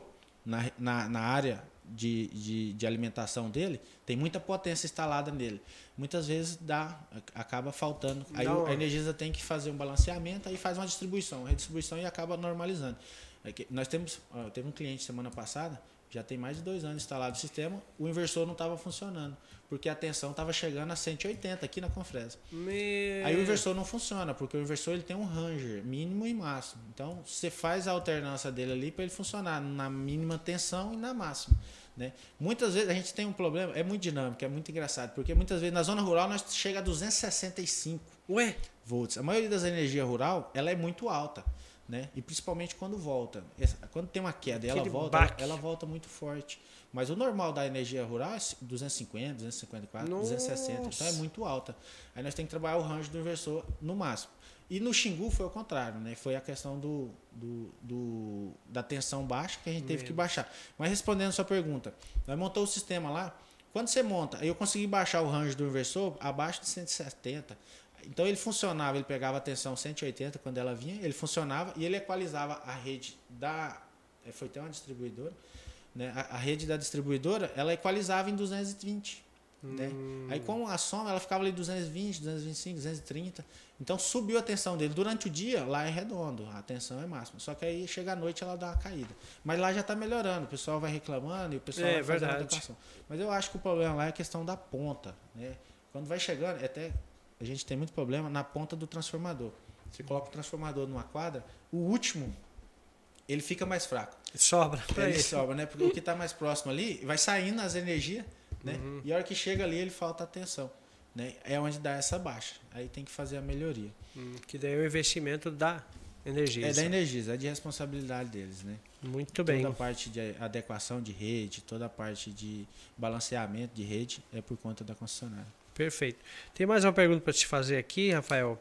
na área de alimentação dele, tem muita potência instalada nele. Muitas vezes acaba faltando. Aí a Energisa tem que fazer um balanceamento, aí faz uma redistribuição e acaba normalizando. Nós teve um cliente semana passada, já tem mais de 2 anos instalado o sistema, o inversor não estava funcionando, porque a tensão estava chegando a 180 aqui na Confresa. Aí o inversor não funciona, porque o inversor ele tem um ranger mínimo e máximo. Então você faz a alternância dele ali para ele funcionar na mínima tensão e na máxima. Né? Muitas vezes a gente tem um problema, é muito dinâmico, é muito engraçado, porque muitas vezes na zona rural nós chega a 265 volts. A maioria das energias rural ela é muito alta. Né? E principalmente quando volta. Quando tem uma queda e ela volta muito forte. Mas o normal da energia rural é 250, 254, 260. Então é muito alta. Aí nós temos que trabalhar o range do inversor no máximo. E no Xingu foi o contrário, né? Foi a questão da tensão baixa que a gente teve que baixar. Mas respondendo a sua pergunta, nós montamos o sistema lá. Quando você monta, eu consegui baixar o range do inversor abaixo de 170. Então ele funcionava, ele pegava a tensão 180 quando ela vinha, ele funcionava e ele equalizava a rede foi até uma distribuidora, né? A rede da distribuidora, ela equalizava em 220. Né? Aí com a soma, ela ficava ali 220, 225, 230. Então subiu a tensão dele. Durante o dia, lá é redondo, a tensão é máxima. Só que aí chega à noite, ela dá uma caída. Mas lá já está melhorando, o pessoal vai reclamando e o pessoal vai fazendo adequação. Mas eu acho que o problema lá é a questão da ponta. Né? Quando vai chegando, a gente tem muito problema na ponta do transformador. Você coloca o transformador numa quadra, o último, ele fica mais fraco. Sobra. Ele sobra, né? Porque o que está mais próximo ali, vai saindo as energias, né? E a hora que chega ali, ele falta atenção. Né? É onde dá essa baixa. Aí tem que fazer a melhoria. Que daí é o investimento da Energisa. É da Energisa, é de responsabilidade deles, né? Muito bem. Toda a parte de adequação de rede, toda a parte de balanceamento de rede é por conta da concessionária. Perfeito. Tem mais uma pergunta para te fazer aqui, Rafael.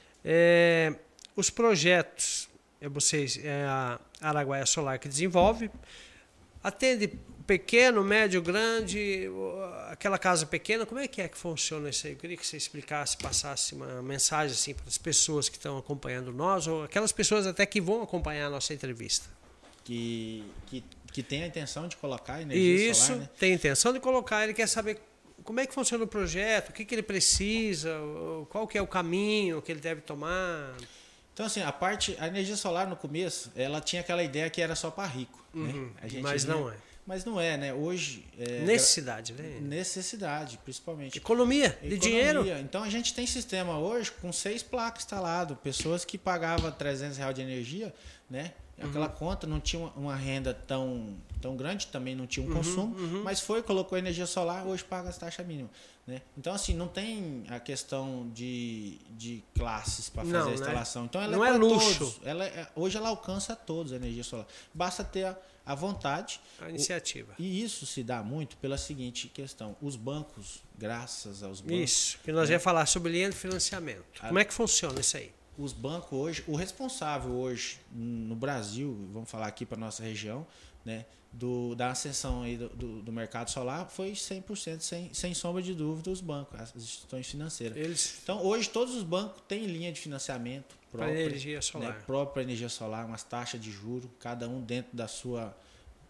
Os projetos, a Araguaia Solar que desenvolve, atende pequeno, médio, grande, aquela casa pequena, como é que funciona isso aí? Eu queria que você explicasse, passasse uma mensagem assim, para as pessoas que estão acompanhando nós, ou aquelas pessoas até que vão acompanhar a nossa entrevista. Que tem a intenção de colocar energia solar, né? Tem a intenção de colocar, ele quer saber como é que funciona o projeto, o que ele precisa, qual que é o caminho que ele deve tomar. Então, assim, a energia solar no começo, ela tinha aquela ideia que era só para rico. Né? Mas não é. Mas não é, né? Hoje... necessidade, né? Necessidade, principalmente. Economia de dinheiro. Então, a gente tem sistema hoje com 6 placas instaladas. Pessoas que pagavam R$300 de energia, né? Aquela conta não tinha uma renda tão grande, também não tinha um consumo, mas colocou energia solar, hoje paga as taxas mínimas. Né? Então, assim, não tem a questão de classes para fazer a instalação. Então, ela não é luxo. Todos. Hoje ela alcança a todos a energia solar. Basta ter a vontade. A iniciativa. E isso se dá muito pela seguinte questão. Os bancos, graças aos bancos... Isso, que nós ia falar sobre linha de financiamento. Como é que funciona isso aí? Os bancos hoje, o responsável hoje no Brasil, vamos falar aqui para nossa região, né, da ascensão aí do mercado solar foi 100%, sem sombra de dúvida, os bancos, as instituições financeiras. Então, hoje todos os bancos têm linha de financiamento própria, para energia solar. Né, própria energia solar, umas taxas de juros, cada um dentro da sua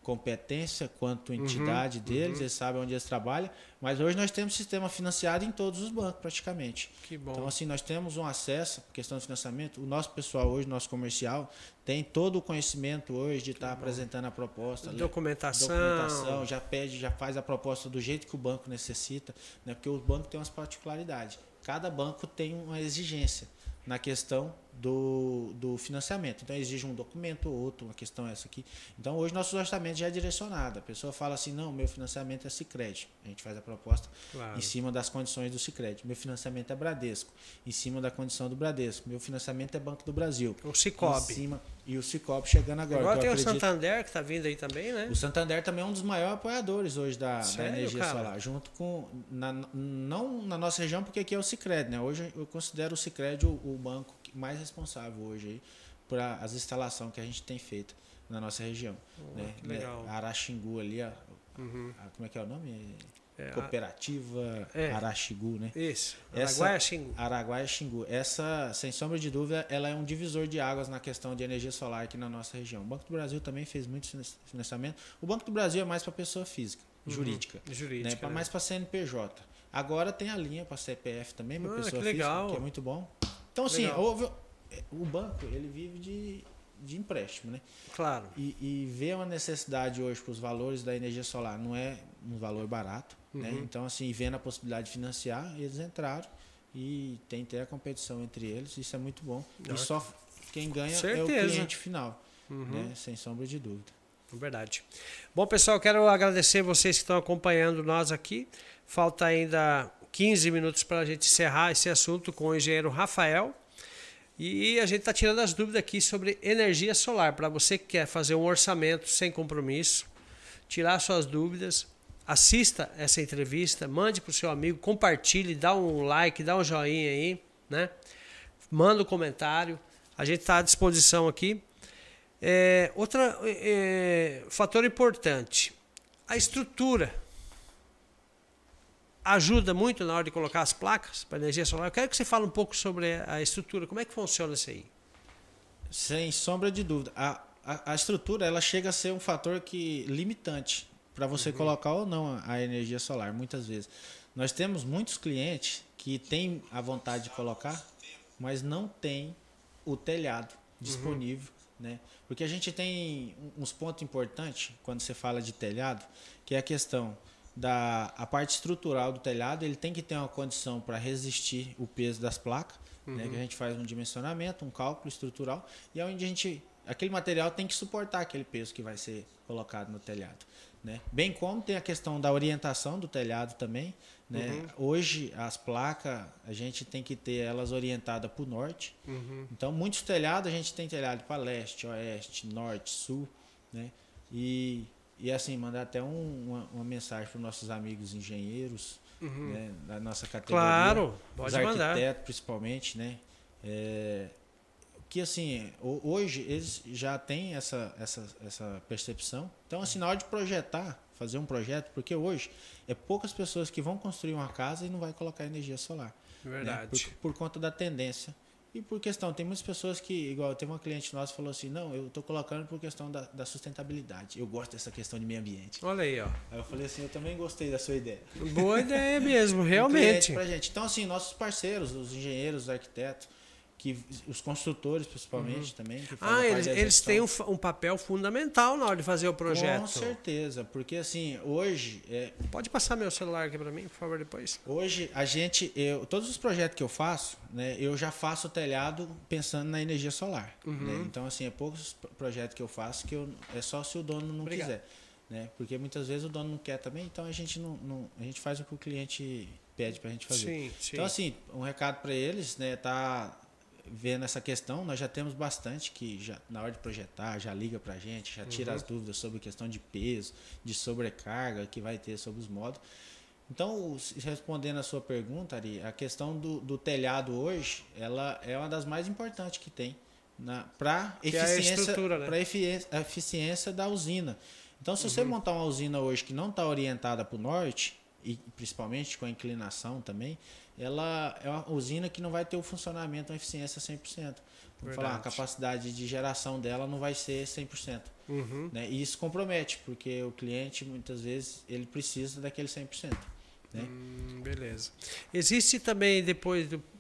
competência quanto entidade deles, eles sabem onde eles trabalham, mas hoje nós temos sistema financiado em todos os bancos praticamente. Que bom. Então assim, nós temos um acesso à questão de financiamento, o nosso pessoal hoje, nosso comercial, tem todo o conhecimento hoje de estar apresentando a proposta. Documentação, já pede, já faz a proposta do jeito que o banco necessita, né? Porque o banco tem umas particularidades. Cada banco tem uma exigência na questão do financiamento. Então exige um documento ou outro, uma questão é essa aqui. Então hoje nosso orçamento já é direcionado. A pessoa fala assim, não, meu financiamento é Sicredi. A gente faz a proposta em cima das condições do Sicredi. Meu financiamento é Bradesco, em cima da condição do Bradesco. Meu financiamento é Banco do Brasil. O Cicobi. E o Cicobi chegando agora. Agora tem o Santander que está vindo aí também, né? O Santander também é um dos maiores apoiadores hoje da energia cara? solar. Junto com, não na nossa região, porque aqui é o Sicredi, né? Hoje eu considero o Sicredi o banco mais responsável hoje aí por as instalações que a gente tem feito na nossa região. Né? Legal. Araxingu ali, como é que é o nome? Cooperativa Araxingu, né? Isso. Araguaia-Xingu. Essa, sem sombra de dúvida, ela é um divisor de águas na questão de energia solar aqui na nossa região. O Banco do Brasil também fez muito financiamento. O Banco do Brasil é mais para pessoa física, jurídica. Jurídica, né? Mais para CNPJ. Agora tem a linha para CPF também, para pessoa física, que é muito bom. Então, assim, o banco, ele vive de empréstimo, né? Claro. E ver uma necessidade hoje para os valores da energia solar não é um valor barato, né? Então, assim, vendo a possibilidade de financiar, eles entraram e tem até a competição entre eles, isso é muito bom. E só quem ganha é o cliente final, né? Sem sombra de dúvida. Verdade. Bom, pessoal, quero agradecer vocês que estão acompanhando nós aqui. Falta ainda 15 minutos para a gente encerrar esse assunto com o engenheiro Rafael. E a gente está tirando as dúvidas aqui sobre energia solar. Para você que quer fazer um orçamento sem compromisso, tirar suas dúvidas, assista essa entrevista, mande para o seu amigo, compartilhe, dá um like, dá um joinha aí, né? Manda um comentário. A gente está à disposição aqui. Outro fator importante, a estrutura ajuda muito na hora de colocar as placas para energia solar. Eu quero que você fale um pouco sobre a estrutura, como é que funciona isso aí? Sem sombra de dúvida. A estrutura ela chega a ser um fator limitante para você colocar ou não a energia solar, muitas vezes. Nós temos muitos clientes que têm a vontade de colocar, mas não tem o telhado disponível, né? Porque a gente tem uns pontos importantes quando você fala de telhado, que é a questão a parte estrutural do telhado. Ele tem que ter uma condição para resistir o peso das placas, né? Que a gente faz um dimensionamento, um cálculo estrutural, e é onde aquele material tem que suportar aquele peso que vai ser colocado no telhado, né? Bem como tem a questão da orientação do telhado também, né? Hoje as placas a gente tem que ter elas orientadas para o norte. Então muitos telhados a gente tem telhado para leste, oeste, norte, sul, né? E assim, mandar até uma mensagem para os nossos amigos engenheiros, né, da nossa categoria. Claro, pode os mandar. Arquitetos, principalmente, né? Que assim, hoje eles já têm essa percepção. Então, assim, na hora de projetar, fazer um projeto, porque hoje poucas pessoas que vão construir uma casa e não vai colocar energia solar. Verdade. Né? Por conta da tendência. E por questão, tem muitas pessoas que, igual tem uma cliente nossa que falou assim, não, eu estou colocando por questão da sustentabilidade. Eu gosto dessa questão de meio ambiente. Olha aí, ó. Aí eu falei assim, eu também gostei da sua ideia. Boa ideia mesmo, realmente. Pra gente. Então, assim, nossos parceiros, os engenheiros, os arquitetos, os construtores principalmente também. Que eles têm um papel fundamental na hora de fazer o projeto. Com certeza, porque assim, hoje... Pode passar meu celular aqui para mim, por favor, depois. Hoje, todos os projetos que eu faço, né, eu já faço o telhado pensando na energia solar. Né? Então, assim, é poucos projetos que eu faço que é só se o dono não quiser. Né? Porque muitas vezes o dono não quer também, então a gente a gente faz o que o cliente pede para a gente fazer. Sim. Então, assim, um recado para eles, né, vendo essa questão, nós já temos bastante que já, na hora de projetar, já liga pra gente, já tira as dúvidas sobre questão de peso, de sobrecarga que vai ter sobre os módulos. Então, respondendo a sua pergunta, Ari, a questão do telhado hoje, ela é uma das mais importantes que tem para a eficiência da usina. Então, se você montar uma usina hoje que não está orientada para o norte, e principalmente com a inclinação também, ela é uma usina que não vai ter o funcionamento, uma eficiência 100%. Vamos falar, a capacidade de geração dela não vai ser 100%. Né? E isso compromete, porque o cliente, muitas vezes, ele precisa daquele 100%. Né? Beleza. Existe também, depois do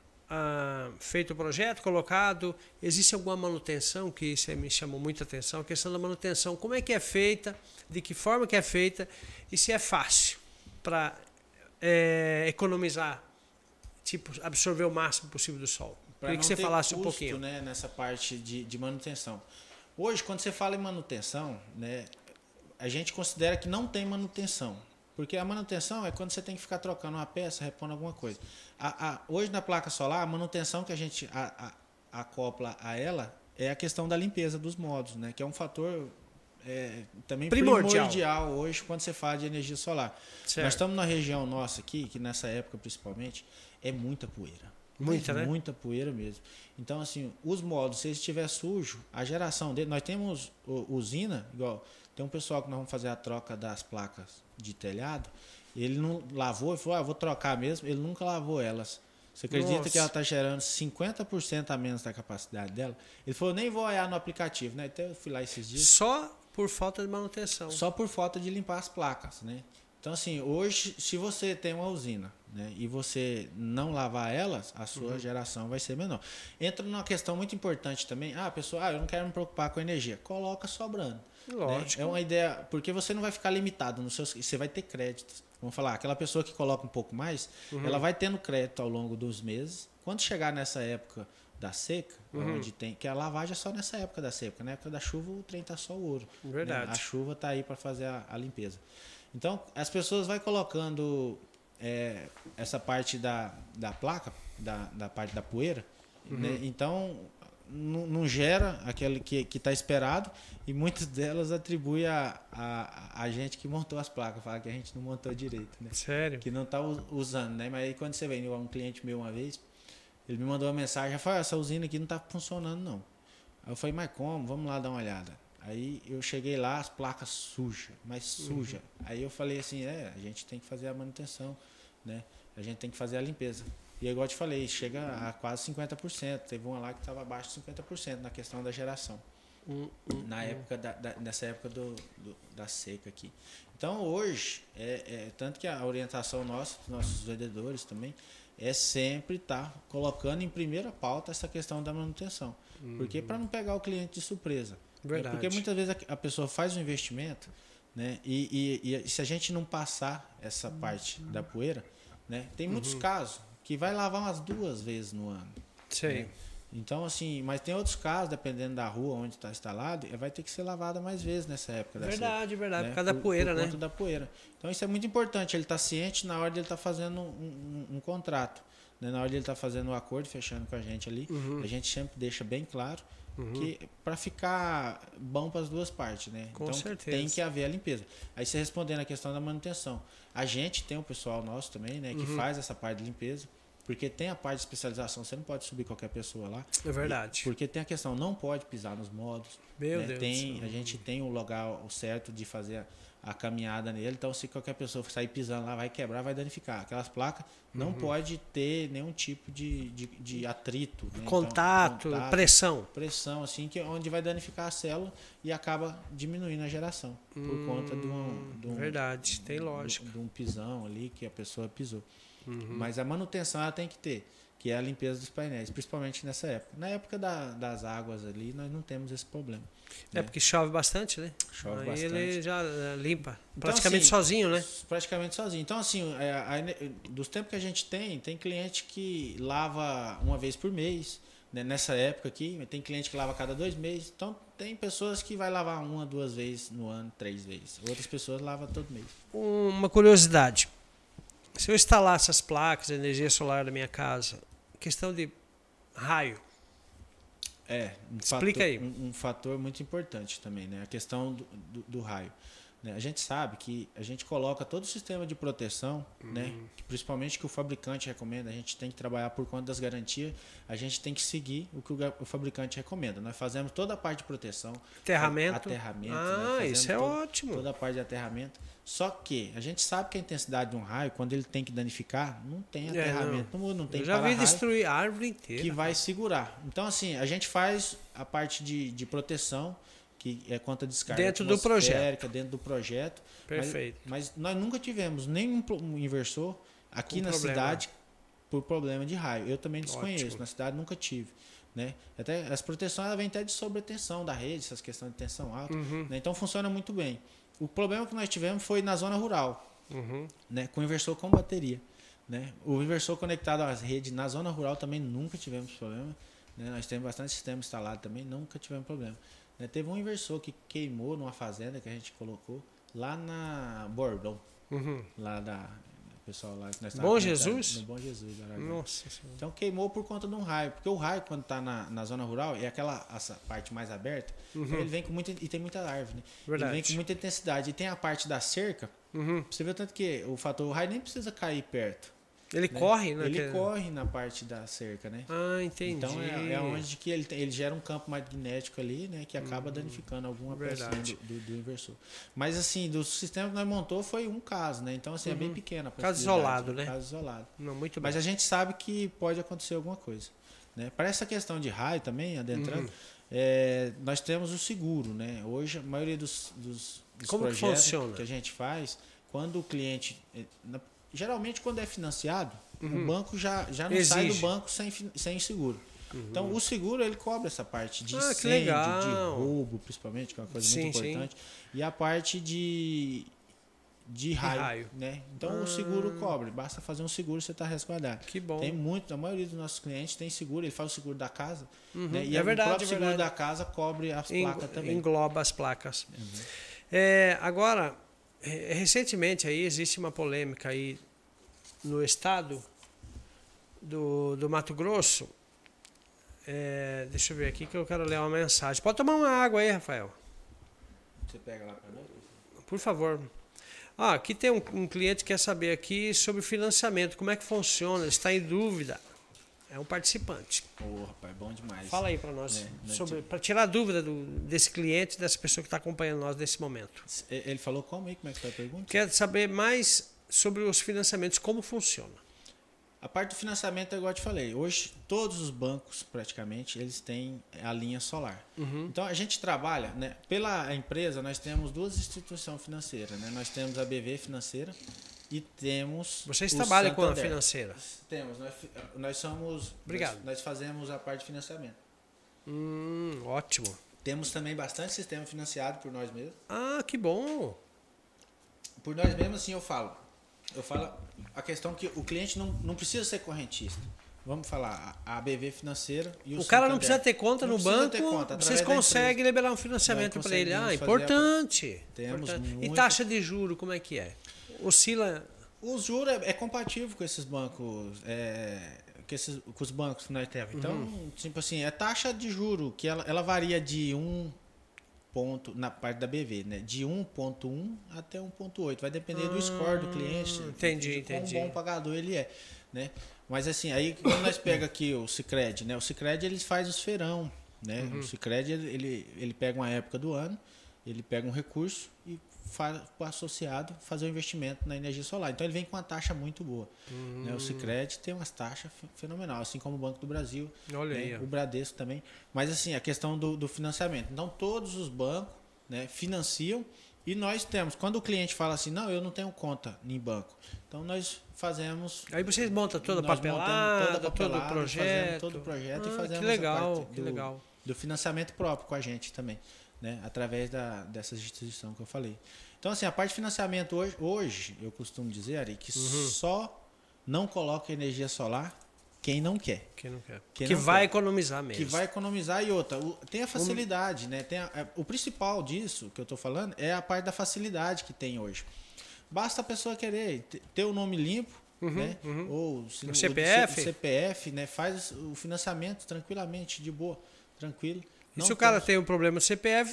feito o projeto, colocado, existe alguma manutenção, que isso me chamou muita atenção, a questão da manutenção, como é que é feita, de que forma que é feita e se é fácil para economizar, tipo, absorver o máximo possível do sol. Queria que você falasse um pouquinho. Né, nessa parte de manutenção. Hoje, quando você fala em manutenção, né, a gente considera que não tem manutenção. Porque a manutenção é quando você tem que ficar trocando uma peça, repondo alguma coisa. Hoje na placa solar, a manutenção que a gente acopla a ela é a questão da limpeza dos modos, né? Que é um fator também primordial hoje quando você fala de energia solar. Certo. Nós estamos na região nossa aqui, que nessa época principalmente, é muita poeira. Né? Muita poeira mesmo. Então, assim, os modos, se ele estiver sujo, a geração dele... Nós temos usina, igual... Tem um pessoal que nós vamos fazer a troca das placas de telhado, ele não lavou e falou, vou trocar mesmo, ele nunca lavou elas. Você acredita que ela está gerando 50% a menos da capacidade dela? Ele falou, nem vou olhar no aplicativo, né? Então eu fui lá esses dias. Só por falta de manutenção. Só por falta de limpar as placas, né? Então, assim, hoje, se você tem uma usina, né, e você não lavar elas, a sua geração vai ser menor. Entra numa questão muito importante também. A pessoa, eu não quero me preocupar com energia. Coloca sobrando. Lógico. Né? É uma ideia, porque você não vai ficar limitado nos seus, você vai ter créditos. Vamos falar, aquela pessoa que coloca um pouco mais, ela vai tendo crédito ao longo dos meses. Quando chegar nessa época da seca, onde tem que a lavagem é só nessa época da seca, na época da chuva o trem tá só ouro. Verdade. Né? A chuva tá aí para fazer a limpeza. Então, as pessoas vai colocando essa parte da placa, da parte da poeira, né? Então não gera aquele que está esperado e muitas delas atribuem a gente que montou as placas, fala que a gente não montou direito, né? Sério? Que não está usando, né? Mas aí quando você vem, um cliente meu uma vez, ele me mandou uma mensagem, falou, essa usina aqui não está funcionando não. Aí eu falei, mas como? Vamos lá dar uma olhada. Aí eu cheguei lá, as placas sujas, mas suja. Aí eu falei assim, a gente tem que fazer a manutenção, né? A gente tem que fazer a limpeza. E igual eu te falei, chega a quase 50%. Teve uma lá que estava abaixo de 50% na questão da geração. Nessa época da seca aqui. Então hoje, tanto que a orientação nossa, dos nossos vendedores também, é sempre estar colocando em primeira pauta essa questão da manutenção. Porque para não pegar o cliente de surpresa. Verdade. Porque muitas vezes a pessoa faz um investimento, né? E se a gente não passar essa parte da poeira, né? Tem muitos casos que vai lavar umas 2 vezes no ano. Sei. Né? Então, assim, mas tem outros casos, dependendo da rua onde está instalado, vai ter que ser lavada mais vezes nessa época. Verdade, né? por causa da poeira, por né? conta da poeira. Então, isso é muito importante, ele está ciente na hora de ele estar fazendo um contrato. Né? Na hora de ele estar fazendo um acordo, fechando com a gente ali, a gente sempre deixa bem claro que para ficar bom para as duas partes, né? Com então certeza. Tem que haver a limpeza. Aí você respondendo a questão da manutenção, a gente tem um pessoal nosso também, né, que faz essa parte de limpeza, porque tem a parte de especialização, você não pode subir qualquer pessoa lá. É verdade. Porque tem a questão, não pode pisar nos modos. Meu né? Deus. A gente tem o lugar certo de fazer a caminhada nele, então se qualquer pessoa sair pisando lá, vai quebrar, vai danificar. Aquelas placas não pode ter nenhum tipo de atrito. Né? Contato, pressão. Pressão, assim, onde vai danificar a célula e acaba diminuindo a geração. Por conta de um... Verdade, tem lógica. De um pisão ali que a pessoa pisou. Mas a manutenção ela tem que ter, que é a limpeza dos painéis, principalmente nessa época. Na época das águas ali, nós não temos esse problema. É porque chove bastante, né? Chove aí bastante. ele já limpa. Então, Praticamente assim, sozinho, né? Praticamente sozinho. Então, assim, dos tempos que a gente tem cliente que lava uma vez por mês, né? Nessa época aqui, tem cliente que lava a cada 2 meses. Então, tem pessoas que vai lavar 1, 2 vezes no ano, 3 vezes. Outras pessoas lavam todo mês. Uma curiosidade. Se eu instalar essas placas de energia solar na minha casa, questão de raio. Explica aí. Um fator muito importante também, né? A questão do raio. né? A gente sabe que a gente coloca todo o sistema de proteção, né? Principalmente que o fabricante recomenda, a gente tem que trabalhar por conta das garantias, a gente tem que seguir o que o fabricante recomenda. Nós fazemos toda a parte de proteção, Aterramento. né? Isso é ótimo. Toda a parte de aterramento. Só que a gente sabe que a intensidade de um raio, quando ele tem que danificar, não tem aterramento, não tem Eu já vi para-raio destruir a árvore inteira. que vai segurar. Então, assim, a gente faz a parte de proteção, que é contra a descarga dentro do projeto. dentro do projeto. Perfeito. Mas nós nunca tivemos nenhum inversor aqui na cidade por problema de raio. Eu também desconheço. Ótimo. Na cidade nunca tive. Né? Até, as proteções ela vem até de sobretensão da rede, essas questões de tensão alta. Né? Então funciona muito bem. O problema que nós tivemos foi na zona rural, né? Com inversor com bateria. Né? O inversor conectado às redes na zona rural também nunca tivemos problema. Né? Nós temos bastante sistema instalado também, nunca tivemos problema. Né? Teve um inversor que queimou numa fazenda que a gente colocou lá na Bordão, lá da pessoal lá que nós Bom Jesus? no Bom Jesus. Nossa Senhora. Então queimou por conta de um raio, porque o raio quando está na zona rural é essa parte mais aberta, ele vem com muita e tem muita árvore, né? Verdade. Ele vem com muita intensidade e tem a parte da cerca. Você vê tanto que o raio nem precisa cair perto. Ele né? corre, né? Ele corre na parte da cerca, né? Ah, entendi. Então é onde que ele gera um campo magnético ali, né? Que acaba danificando alguma peça do inversor. Mas assim, do sistema que nós montou foi um caso, né? Então assim, é bem pequena a caso isolado, né? Caso isolado. Não, muito bem. Mas a gente sabe que pode acontecer alguma coisa. Né? Para essa questão de raio também, adentrando, nós temos o seguro, né? Hoje a maioria dos Como projetos funciona? que a gente faz, quando o cliente... Geralmente quando é financiado, o banco já não sai do banco sem seguro. Então o seguro ele cobre essa parte de incêndio, de roubo, principalmente, que é uma coisa muito importante. E a parte de raio. Né? Então o seguro cobre, basta fazer um seguro você está resguardado. Que bom. Tem muito, a maioria dos nossos clientes tem seguro, ele faz o seguro da casa, né? E é verdade, o próprio seguro da casa cobre as placas também. Engloba as placas. Agora, recentemente aí existe uma polêmica aí no estado do Mato Grosso. Deixa eu ver aqui que eu quero ler uma mensagem. Pode tomar uma água aí, Rafael? Você pega lá para mim? Por favor. Aqui tem um cliente que quer saber aqui sobre financiamento, como é que funciona, ele está em dúvida. É um participante. Rapaz, bom demais. Fala aí para nós, para tirar a dúvida desse cliente, dessa pessoa que está acompanhando nós nesse momento. Ele falou como aí? Como é que foi a pergunta? Quer saber mais sobre os financiamentos, como funciona. A parte do financiamento é igual eu te falei. Hoje, todos os bancos, praticamente, eles têm a linha solar. Então, a gente trabalha, né? Pela empresa, nós temos duas instituições financeiras. Né? Nós temos a BV Financeira e temos Vocês trabalham com a financeira? Temos. Nós somos... Obrigado. Nós fazemos a parte de financiamento. Ótimo. Temos também bastante sistema financiado por nós mesmos. Que bom. Por nós mesmos, assim, eu falo a questão que o cliente não precisa ser correntista. Vamos falar, a BV Financeira e o cara não precisa ter conta no banco, vocês conseguem liberar um financiamento para ele. Importante. Temos E taxa de juro, como é que é? Oscila... O juro é compatível com esses bancos, com os bancos que nós temos. Então, tipo assim, é taxa de juro, que ela varia de ponto na parte da BV, né? De 1.1 até 1.8. Vai depender do score do cliente. Entendi. Quão bom pagador ele é, né? Mas assim, aí quando nós pega aqui o Sicredi, né? O Sicredi ele faz os feirão, né? O Sicredi ele pega uma época do ano, ele pega um recurso e faz o associado fazer o investimento na energia solar. Então ele vem com uma taxa muito boa. Né? O Sicredi tem umas taxas fenomenal, assim como o Banco do Brasil, olha aí, o Bradesco também. Mas assim, a questão do financiamento. Então todos os bancos, né, financiam e nós temos, quando o cliente fala assim, não, eu não tenho conta em banco. Então nós fazemos... Aí vocês montam toda a papelada, todo o projeto. Fazemos todo o projeto e fazemos a parte do financiamento próprio com a gente também. Né, através dessa instituição que eu falei. Então, assim, a parte de financiamento hoje eu costumo dizer, Ari, que só não coloca energia solar quem não quer. Que vai economizar mesmo. Que vai economizar e outra. Tem a facilidade, né? O principal disso que eu estou falando é a parte da facilidade que tem hoje. Basta a pessoa querer ter o nome limpo, né? Ou se o CPF. O CPF, né? Faz o financiamento tranquilamente, de boa, tranquilo. E se o cara tem um problema no CPF,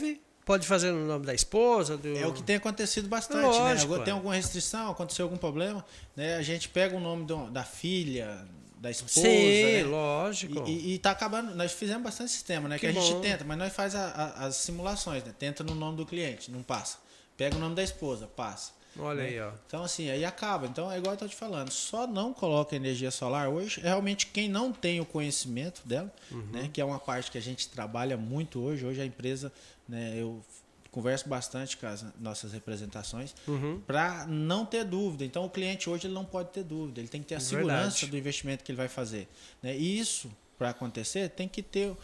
Pode fazer no nome da esposa? É o que tem acontecido bastante, Lógico, né? Agora tem alguma restrição, aconteceu algum problema, né? A gente pega o nome da filha, da esposa, Sim, né? lógico. E tá acabando. Nós fizemos bastante sistema, né? Que a bom. gente tenta, mas nós faz as simulações, né? Tenta no nome do cliente, não passa. Pega o nome da esposa, passa. Olha né? aí, ó. Então, assim, aí acaba. Então, é igual eu tô te falando, só não coloca energia solar hoje, é realmente quem não tem o conhecimento dela, né? Que é uma parte que a gente trabalha muito hoje. Hoje a empresa, né? Eu converso bastante com as nossas representações para não ter dúvida. Então, o cliente hoje ele não pode ter dúvida, ele tem que ter a segurança do investimento que ele vai fazer. Né? E isso, para acontecer, tem que ter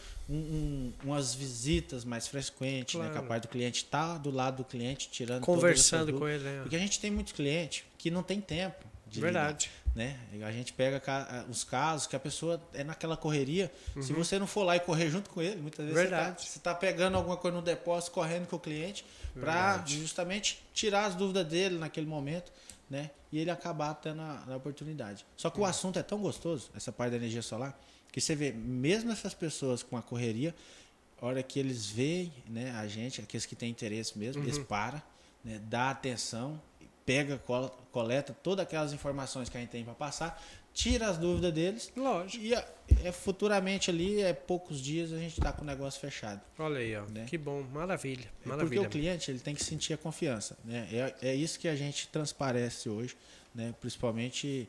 umas visitas mais frequentes, claro. né? Capaz do cliente estar do lado do cliente, tirando conversando com ele. Né? Porque a gente tem muitos clientes que não tem tempo de verdade. Ligar, né? A gente pega os casos que a pessoa é naquela correria. Se você não for lá e correr junto com ele, muitas vezes você está pegando alguma coisa no depósito, correndo com o cliente para justamente tirar as dúvidas dele naquele momento, né? E ele acabar tendo a oportunidade. Só que o assunto é tão gostoso, essa parte da energia solar, que você vê, mesmo essas pessoas com a correria, a hora que eles veem, né, a gente, aqueles que têm interesse mesmo, eles param, né, dá atenção, pega, coleta todas aquelas informações que a gente tem para passar, tira as dúvidas deles. Lógico. E futuramente ali, poucos dias, a gente está com o negócio fechado. Olha aí, ó. Né? Que bom, maravilha. Porque o cliente ele tem que sentir a confiança. Né? É isso que a gente transparece hoje, né? Principalmente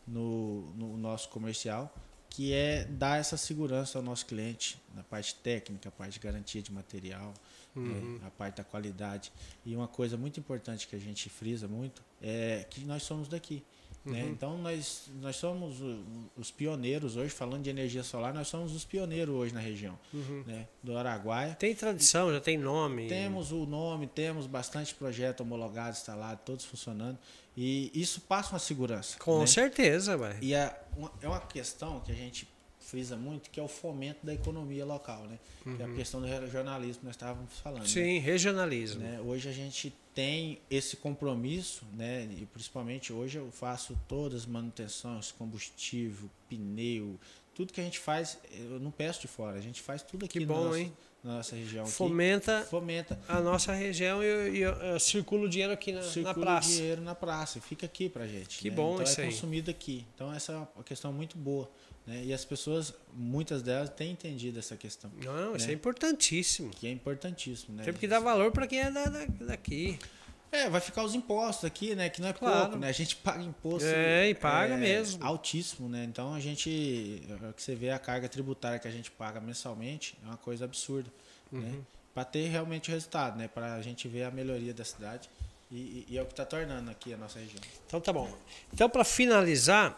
no nosso comercial, que é dar essa segurança ao nosso cliente na parte técnica, a parte de garantia de material, né, a parte da qualidade. E uma coisa muito importante que a gente frisa muito é que nós somos daqui. Né? Então nós somos os pioneiros hoje, falando de energia solar, nós somos os pioneiros hoje na região, né, do Araguaia. Tem tradição, já tem nome. Temos o nome, temos bastante projeto homologado, instalado, todos funcionando. E isso passa uma segurança. Com né? certeza, vai. E é uma questão que a gente frisa muito, que é o fomento da economia local, né? Que é a questão do regionalismo que nós estávamos falando. Sim, né? regionalismo. Né? Hoje a gente tem esse compromisso, né? E principalmente hoje eu faço todas as manutenções, combustível, pneu, tudo que a gente faz, eu não peço de fora, a gente faz tudo aqui na nossa região. Fomenta a nossa região e circula o dinheiro aqui na praça. Circula o dinheiro na praça, fica aqui pra gente. Que né? bom então isso aí. É consumido aqui. Então essa é uma questão muito boa. Né? E as pessoas, muitas delas, têm entendido essa questão. Não, né? Isso é importantíssimo. Que é importantíssimo. Né? Tem que dar valor para quem é daqui. Vai ficar os impostos aqui, né? Que não é pouco, né? A gente paga imposto. E paga mesmo. Altíssimo, né? Então a gente, que você vê a carga tributária que a gente paga mensalmente, é uma coisa absurda, né? Para ter realmente resultado, né? Para a gente ver a melhoria da cidade e é o que está tornando aqui a nossa região. Então tá bom. Então para finalizar,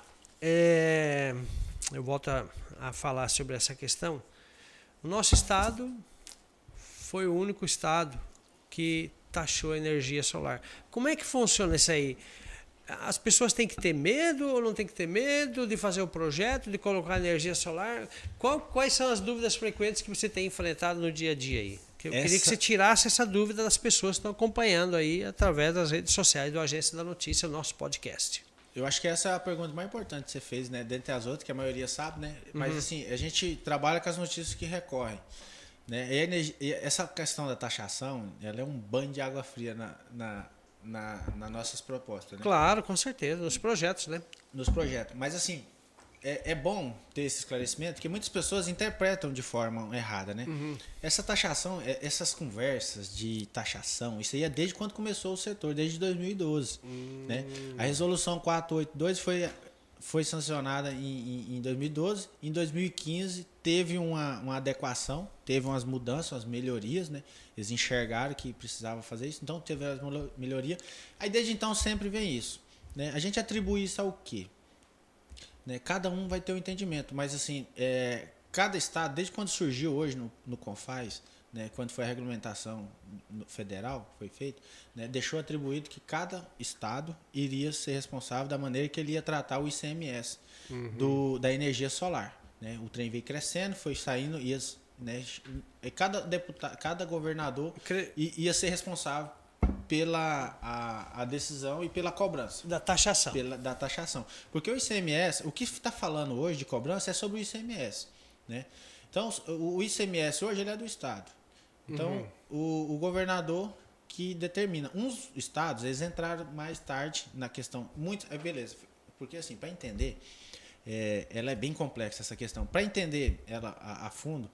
eu volto a falar sobre essa questão. O nosso estado foi o único estado que taxou a energia solar. Como é que funciona isso aí? As pessoas têm que ter medo ou não têm que ter medo de fazer o projeto, de colocar energia solar? Quais são as dúvidas frequentes que você tem enfrentado no dia a dia aí? Eu queria que você tirasse essa dúvida das pessoas que estão acompanhando aí através das redes sociais do Agência da Notícia, o nosso podcast. Eu acho que essa é a pergunta mais importante que você fez, né? Dentre as outras, que a maioria sabe, né? Mas assim, a gente trabalha com as notícias que recorrem. Né? E essa questão da taxação, ela é um banho de água fria nas nossas propostas. Né? Claro, com certeza, nos projetos, né? Nos projetos. Mas assim, é bom ter esse esclarecimento, porque muitas pessoas interpretam de forma errada, né? Essa taxação, essas conversas de taxação, isso aí é desde quando começou o setor, desde 2012. Né? A resolução 482 foi sancionada em 2012. Em 2015 teve uma adequação, teve umas mudanças, umas melhorias, né? Eles enxergaram que precisava fazer isso, então teve as melhorias. Aí desde então sempre vem isso. Né? A gente atribui isso ao quê? Né? Cada um vai ter um entendimento, mas assim, cada estado, desde quando surgiu hoje no CONFAS, né, quando foi a regulamentação federal, foi feito, né, deixou atribuído que cada estado iria ser responsável da maneira que ele ia tratar o ICMS da energia solar. Né? O trem veio crescendo, foi saindo, né, cada governador ia ser responsável pela a decisão e pela cobrança. Da taxação. Da taxação. Porque o ICMS, o que está falando hoje de cobrança é sobre o ICMS. Né? Então, o ICMS hoje ele é do Estado. Então, o governador que determina. Uns estados, eles entraram mais tarde na questão. Muito, beleza, porque assim, para entender, ela é bem complexa essa questão. Para entender ela a fundo,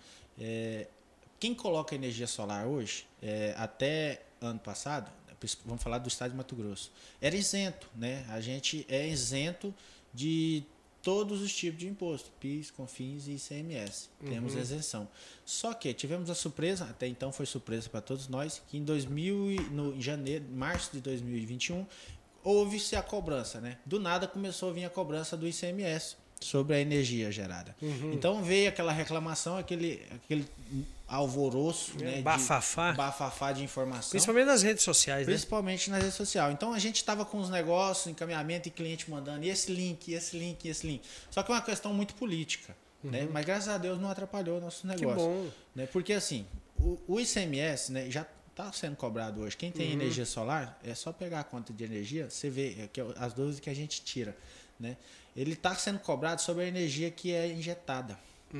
quem coloca energia solar hoje, até ano passado, vamos falar do estado de Mato Grosso, era isento, né? A gente é isento de todos os tipos de imposto, PIS, COFINS e ICMS. Temos isenção. Só que tivemos a surpresa, até então foi surpresa para todos nós, que em janeiro, março de 2021, houve-se a cobrança, né? Do nada começou a vir a cobrança do ICMS sobre a energia gerada. Então veio aquela reclamação, aquele alvoroço, né, bafafá de informação. Principalmente nas redes sociais, Principalmente nas redes sociais. Então a gente estava com os negócios, encaminhamento e cliente mandando, e esse link. Só que é uma questão muito política, né? Mas graças a Deus não atrapalhou o nosso negócio. Que bom. Né? Porque assim, o ICMS, né, já está sendo cobrado hoje. Quem tem energia solar, é só pegar a conta de energia, você vê que as dúvidas que a gente tira, né? Ele está sendo cobrado sobre a energia que é injetada.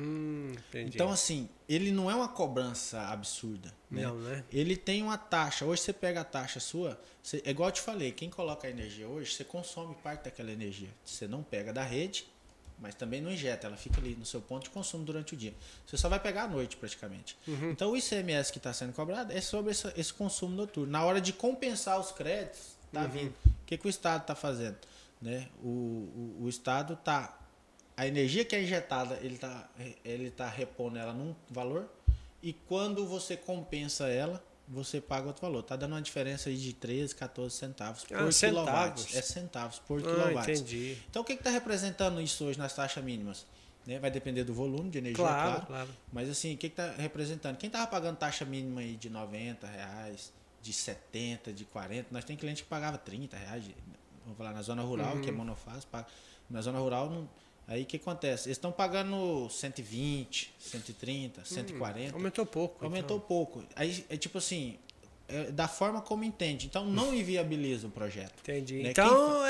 Então, assim, ele não é uma cobrança absurda. Né? Não, né? Ele tem uma taxa. Hoje você pega a taxa sua, é igual eu te falei, quem coloca a energia hoje, você consome parte daquela energia. Você não pega da rede, mas também não injeta. Ela fica ali no seu ponto de consumo durante o dia. Você só vai pegar à noite, praticamente. Então, o ICMS que está sendo cobrado é sobre esse consumo noturno. Na hora de compensar os créditos, está vindo. O que o Estado está fazendo? Né? O Estado está... A energia que é injetada, ele tá repondo ela num valor, e quando você compensa ela, você paga outro valor. Tá dando uma diferença aí de 13, 14 centavos por quilowatt. É centavos por quilowatt. Entendi. Então o que está representando isso hoje nas taxas mínimas? Né? Vai depender do volume de energia, claro. Mas assim, o que está representando? Quem estava pagando taxa mínima aí de R$90, de 70, de 40, nós tem cliente que pagava R$30, vamos falar na zona rural, que é monofásico, na zona rural não. Aí o que acontece? Eles estão pagando 120, 130, 140. Aumentou pouco. Aumentou pouco. Aí é tipo assim, da forma como entende. Então não inviabiliza o projeto. Entendi. Né? Então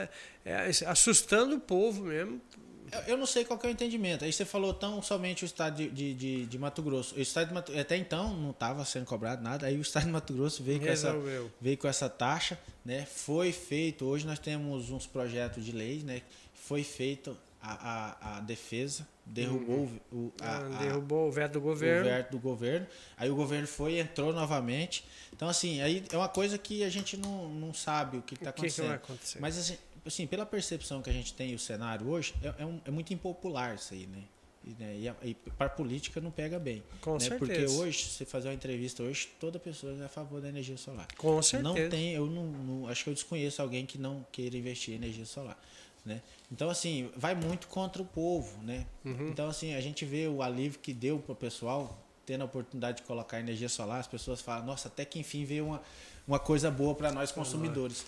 assustando o povo mesmo. Eu não sei qual que é o entendimento. Aí você falou tão somente o estado de Mato Grosso. O estado de Mato, até então não estava sendo cobrado nada. Aí o estado de Mato Grosso veio com essa taxa, né? Foi feito. Hoje nós temos uns projetos de lei, né? Foi feito a defesa, derrubou derrubou o veto do governo. O veto do governo. Aí o governo entrou novamente. Então assim, aí é uma coisa que a gente não sabe o que está acontecendo. Que vai acontecer? Mas assim, pela percepção que a gente tem o cenário hoje, é muito impopular isso aí, né? E para a política não pega bem. Com certeza. Porque hoje, se você fazer uma entrevista hoje, toda pessoa é a favor da energia solar. Com certeza. Não tem, acho que eu desconheço alguém que não queira investir em energia solar. Né? Então, assim, vai muito contra o povo, né? Então, assim, a gente vê o alívio que deu para o pessoal, tendo a oportunidade de colocar energia solar, as pessoas falam, nossa, até que enfim veio uma coisa boa para nós consumidores.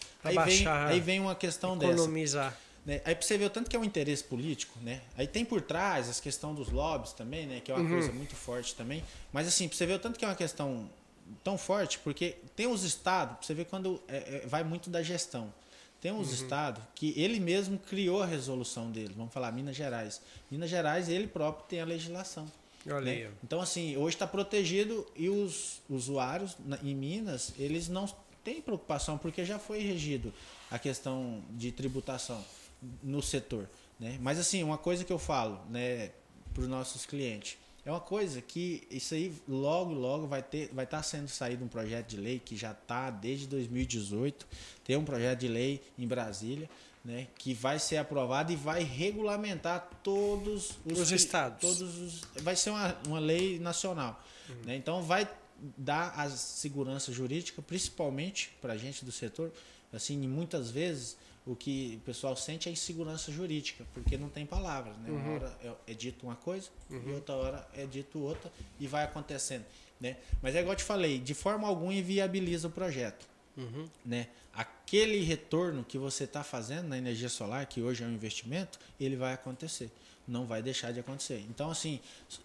Aí vem uma questão economizar. Dessa. Né? Aí para você ver o tanto que é um interesse político, né? Aí tem por trás as questões dos lobbies também, né? Que é uma coisa muito forte também. Mas assim, para você ver o tanto que é uma questão tão forte, porque tem os estados, para você ver quando vai muito da gestão. Tem uns estados que ele mesmo criou a resolução dele. Vamos falar Minas Gerais. Minas Gerais, ele próprio tem a legislação. Né? Então, assim, hoje está protegido e os usuários em Minas, eles não têm preocupação porque já foi regido a questão de tributação no setor. Né? Mas, assim, uma coisa que eu falo, né, para os nossos clientes, é uma coisa que isso aí logo vai estar sendo saído um projeto de lei que já está desde 2018. Tem um projeto de lei em Brasília, né, que vai ser aprovado e vai regulamentar todos os estados. Vai ser uma lei nacional. Né? Então vai dar a segurança jurídica, principalmente para a gente do setor. Assim, muitas vezes o que o pessoal sente é insegurança jurídica, porque não tem palavras, né? Uma hora é dito uma coisa e outra hora é dito outra e vai acontecendo, né? Mas é igual eu te falei, de forma alguma inviabiliza o projeto, né? Aquele retorno que você está fazendo na energia solar, que hoje é um investimento, ele vai acontecer, não vai deixar de acontecer. Então, assim,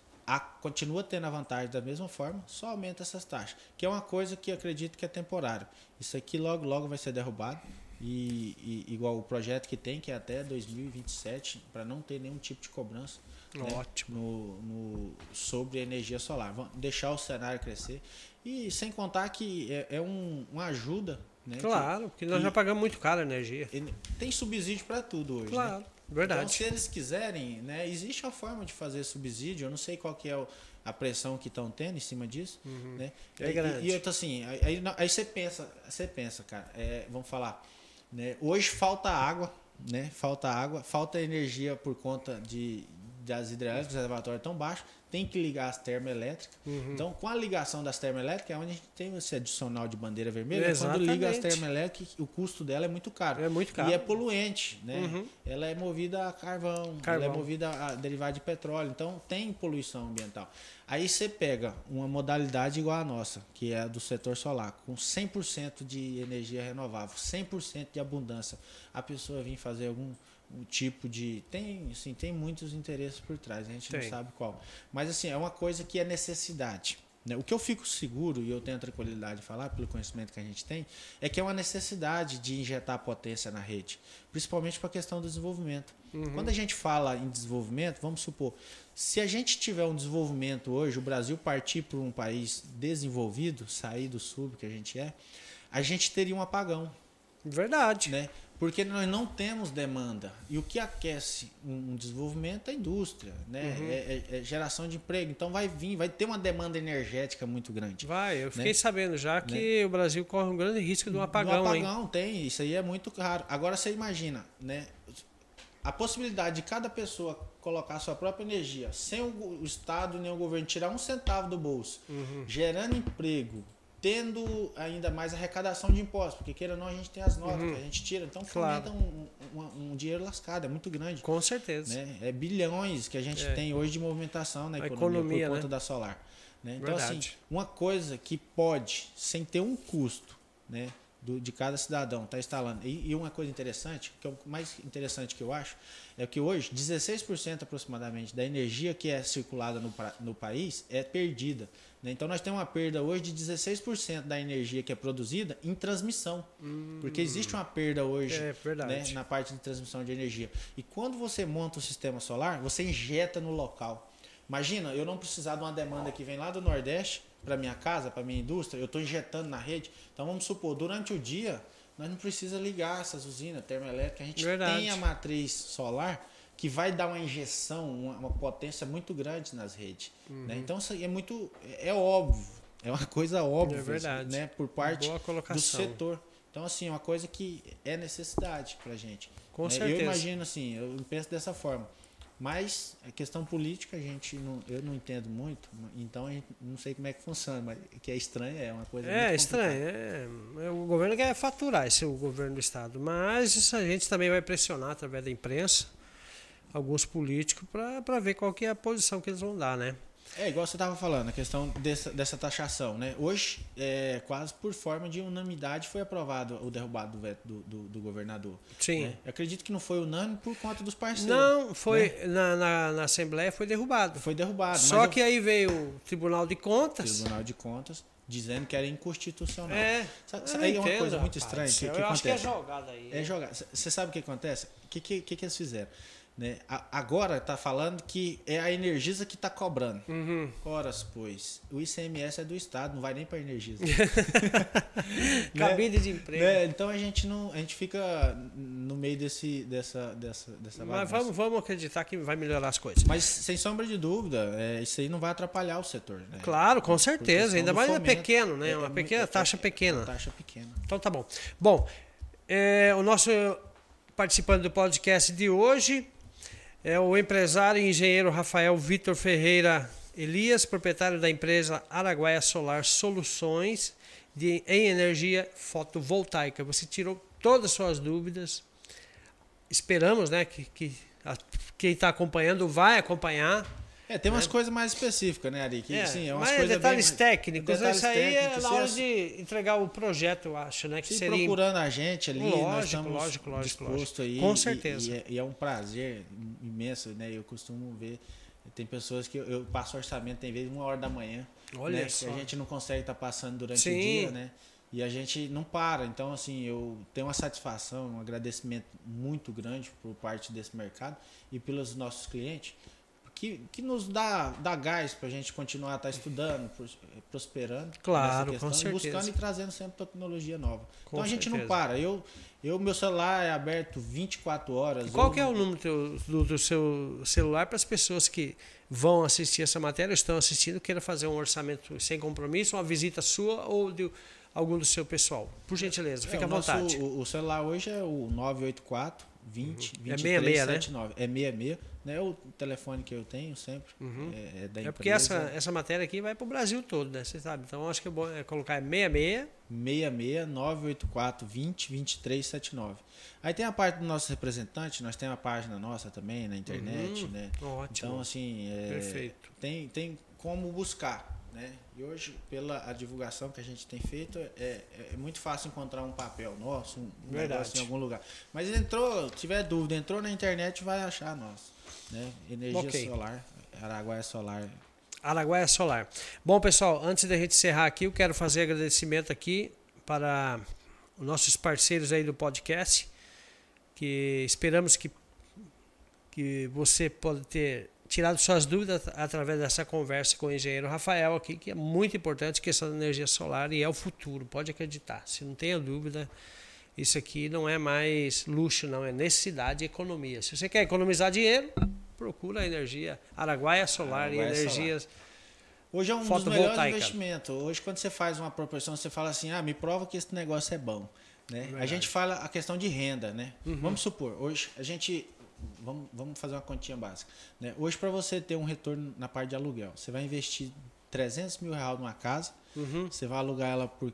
continua tendo a vantagem da mesma forma, só aumenta essas taxas, que é uma coisa que eu acredito que é temporário. Isso aqui logo vai ser derrubado. igual o projeto que tem, que é até 2027, para não ter nenhum tipo de cobrança. Ótimo. Né, sobre energia solar. Vamos deixar o cenário crescer. E sem contar que é uma ajuda. Né, claro, porque nós já pagamos muito caro a energia. Tem subsídio para tudo hoje. Claro, né? verdade. Então, se eles quiserem, né, existe uma forma de fazer subsídio. Eu não sei qual que é a pressão que estão tendo em cima disso. Né? É grande. E eu tô assim, aí você pensa, cara, vamos falar, né, hoje falta água, né? Falta energia por conta das hidrelétricas, os reservatórios tão baixos, tem que ligar as termoelétricas. Então, com a ligação das termoelétricas, é onde a gente tem esse adicional de bandeira vermelha. Exatamente. Quando liga as termoelétricas, o custo dela é muito caro. É muito caro. E é poluente, né? Ela é movida a carvão, ela é movida a derivado de petróleo. Então, tem poluição ambiental. Aí você pega uma modalidade igual a nossa, que é a do setor solar, com 100% de energia renovável, 100% de abundância. A pessoa vir fazer algum tipo de... Tem muitos interesses por trás, a gente não sabe qual. Mas assim, é uma coisa que é necessidade. Né? O que eu fico seguro, e eu tenho a tranquilidade de falar, pelo conhecimento que a gente tem, é que é uma necessidade de injetar potência na rede, principalmente para a questão do desenvolvimento. Quando a gente fala em desenvolvimento, vamos supor, se a gente tiver um desenvolvimento hoje, o Brasil partir para um país desenvolvido, sair do sub que a gente teria um apagão. Verdade. Né? Porque nós não temos demanda. E o que aquece um desenvolvimento é a indústria, né? É geração de emprego. Então vai ter uma demanda energética muito grande. Eu fiquei sabendo já que o Brasil corre um grande risco de um apagão. Tem, isso aí é muito raro. Agora você imagina, né? A possibilidade de cada pessoa colocar sua própria energia, sem o Estado nem o governo tirar um centavo do bolso, gerando emprego, tendo ainda mais arrecadação de impostos, porque queira ou não, a gente tem as notas que a gente tira, então fomenta um dinheiro lascado, é muito grande. Com certeza. Né? É bilhões que a gente tem hoje de movimentação na economia por conta da solar. Né? Então, assim, uma coisa que pode, sem ter um custo, né, de cada cidadão está instalando. E uma coisa interessante, que é o mais interessante que eu acho, é que hoje 16% aproximadamente da energia que é circulada no país é perdida. Né? Então nós temos uma perda hoje de 16% da energia que é produzida em transmissão. Porque existe uma perda hoje, né, na parte de transmissão de energia. E quando você monta o sistema solar, você injeta no local. Imagina, eu não precisar de uma demanda que vem lá do Nordeste para minha casa, para minha indústria, eu estou injetando na rede. Então vamos supor, durante o dia, nós não precisamos ligar essas usinas termoelétricas. A gente tem a matriz solar que vai dar uma injeção, uma potência muito grande nas redes. Né? Então isso aí é óbvio, é uma coisa óbvia, né? Por parte do setor. Então assim, é uma coisa que é necessidade para a gente. Com certeza. Eu imagino assim, eu penso dessa forma. Mas a questão política eu não entendo muito, então não sei como é que funciona, mas que é estranho, é uma coisa muito estranho. O governo quer faturar, esse é o governo do estado, mas isso a gente também vai pressionar através da imprensa alguns políticos para ver qual que é a posição que eles vão dar, né? Igual você estava falando, a questão dessa taxação, né? Hoje, quase por forma de unanimidade, foi aprovado o derrubado do veto do governador. Sim. Né? Eu acredito que não foi unânime por conta dos parceiros. Não, foi, né? na Assembleia foi derrubado. Foi derrubado. Só que aí veio o Tribunal de Contas. Dizendo que era inconstitucional. Aí é uma coisa muito estranha. Que eu acho que é jogada aí. É jogada. Você sabe o que acontece? O que eles fizeram? Né? Agora está falando que é a Energisa que está cobrando. Horas, pois. O ICMS é do Estado, não vai nem para a Energisa. Cabide de emprego. Né? Então a gente fica no meio dessa Mas vamos acreditar que vai melhorar as coisas. Mas sem sombra de dúvida, isso aí não vai atrapalhar o setor. Né? Claro, com certeza. Ainda mais fomento, pequeno, né? Uma pequena taxa pequena. Uma taxa pequena. Então tá bom. Bom, o nosso participante do podcast de hoje é o empresário e engenheiro Rafael Vitor Ferreira Elias, proprietário da empresa Araguaia Solar Soluções em energia fotovoltaica. Você tirou todas as suas dúvidas. Esperamos, né, que quem está acompanhando vai acompanhar. Tem umas coisas mais específicas, né, Ari? Sim, umas mas coisas detalhes técnicos. Isso aí é na hora assim, de entregar o projeto, eu acho, né? Que seria procurando a gente ali, nós estamos lógico. aí. Com certeza. E é um prazer imenso, né? Eu costumo ver, tem pessoas que eu passo orçamento, tem vezes 1h da manhã, Olha né, só. que a gente não consegue estar passando durante o dia, né? E a gente não para. Então, assim, eu tenho uma satisfação, um agradecimento muito grande por parte desse mercado e pelos nossos clientes, que nos dá gás para a gente continuar a estar estudando, prosperando Claro, nessa com questão e buscando certeza. e trazendo sempre tecnologia nova. Com Então a gente não certeza. para. Meu celular é aberto 24 horas. E qual que é o número do seu celular para as pessoas que vão assistir essa matéria, estão assistindo, queiram fazer um orçamento sem compromisso, uma visita sua ou de algum do seu pessoal? Por gentileza, fique à vontade. O celular hoje é o 984 20 É 23 66, né? 79. É 66, né? O telefone que eu tenho sempre é da empresa. É porque essa matéria aqui vai para o Brasil todo, né? Você sabe. Então acho que é bom colocar 66. 66 984 20 23 79. Aí tem a parte do nosso representante, nós temos a página nossa também na internet, né? Ótimo. Então, assim, Perfeito. Tem como buscar, né? E hoje, pela a divulgação que a gente tem feito, é muito fácil encontrar um papel nosso, um negócio em algum lugar. Mas tiver dúvida, entrou na internet, vai achar nós, né? Energia solar, Araguaia Solar. Araguaia Solar. Bom, pessoal, antes da gente encerrar aqui, eu quero fazer agradecimento aqui para os nossos parceiros aí do podcast, que esperamos que você pode ter tirado suas dúvidas através dessa conversa com o engenheiro Rafael aqui, que é muito importante, questão da energia solar e é o futuro, pode acreditar. Se não tenha dúvida, isso aqui não é mais luxo, não, é necessidade e economia. Se você quer economizar dinheiro, procura a energia Araguaia Solar e energias. Hoje é um dos melhores investimentos. Hoje, quando você faz uma proporção, você fala assim, me prova que esse negócio é bom. Né? A gente fala a questão de renda. Né? Vamos supor, hoje a gente... Vamos fazer uma continha básica. Né? Hoje, para você ter um retorno na parte de aluguel, você vai investir 300 mil reais numa casa, você vai alugar ela por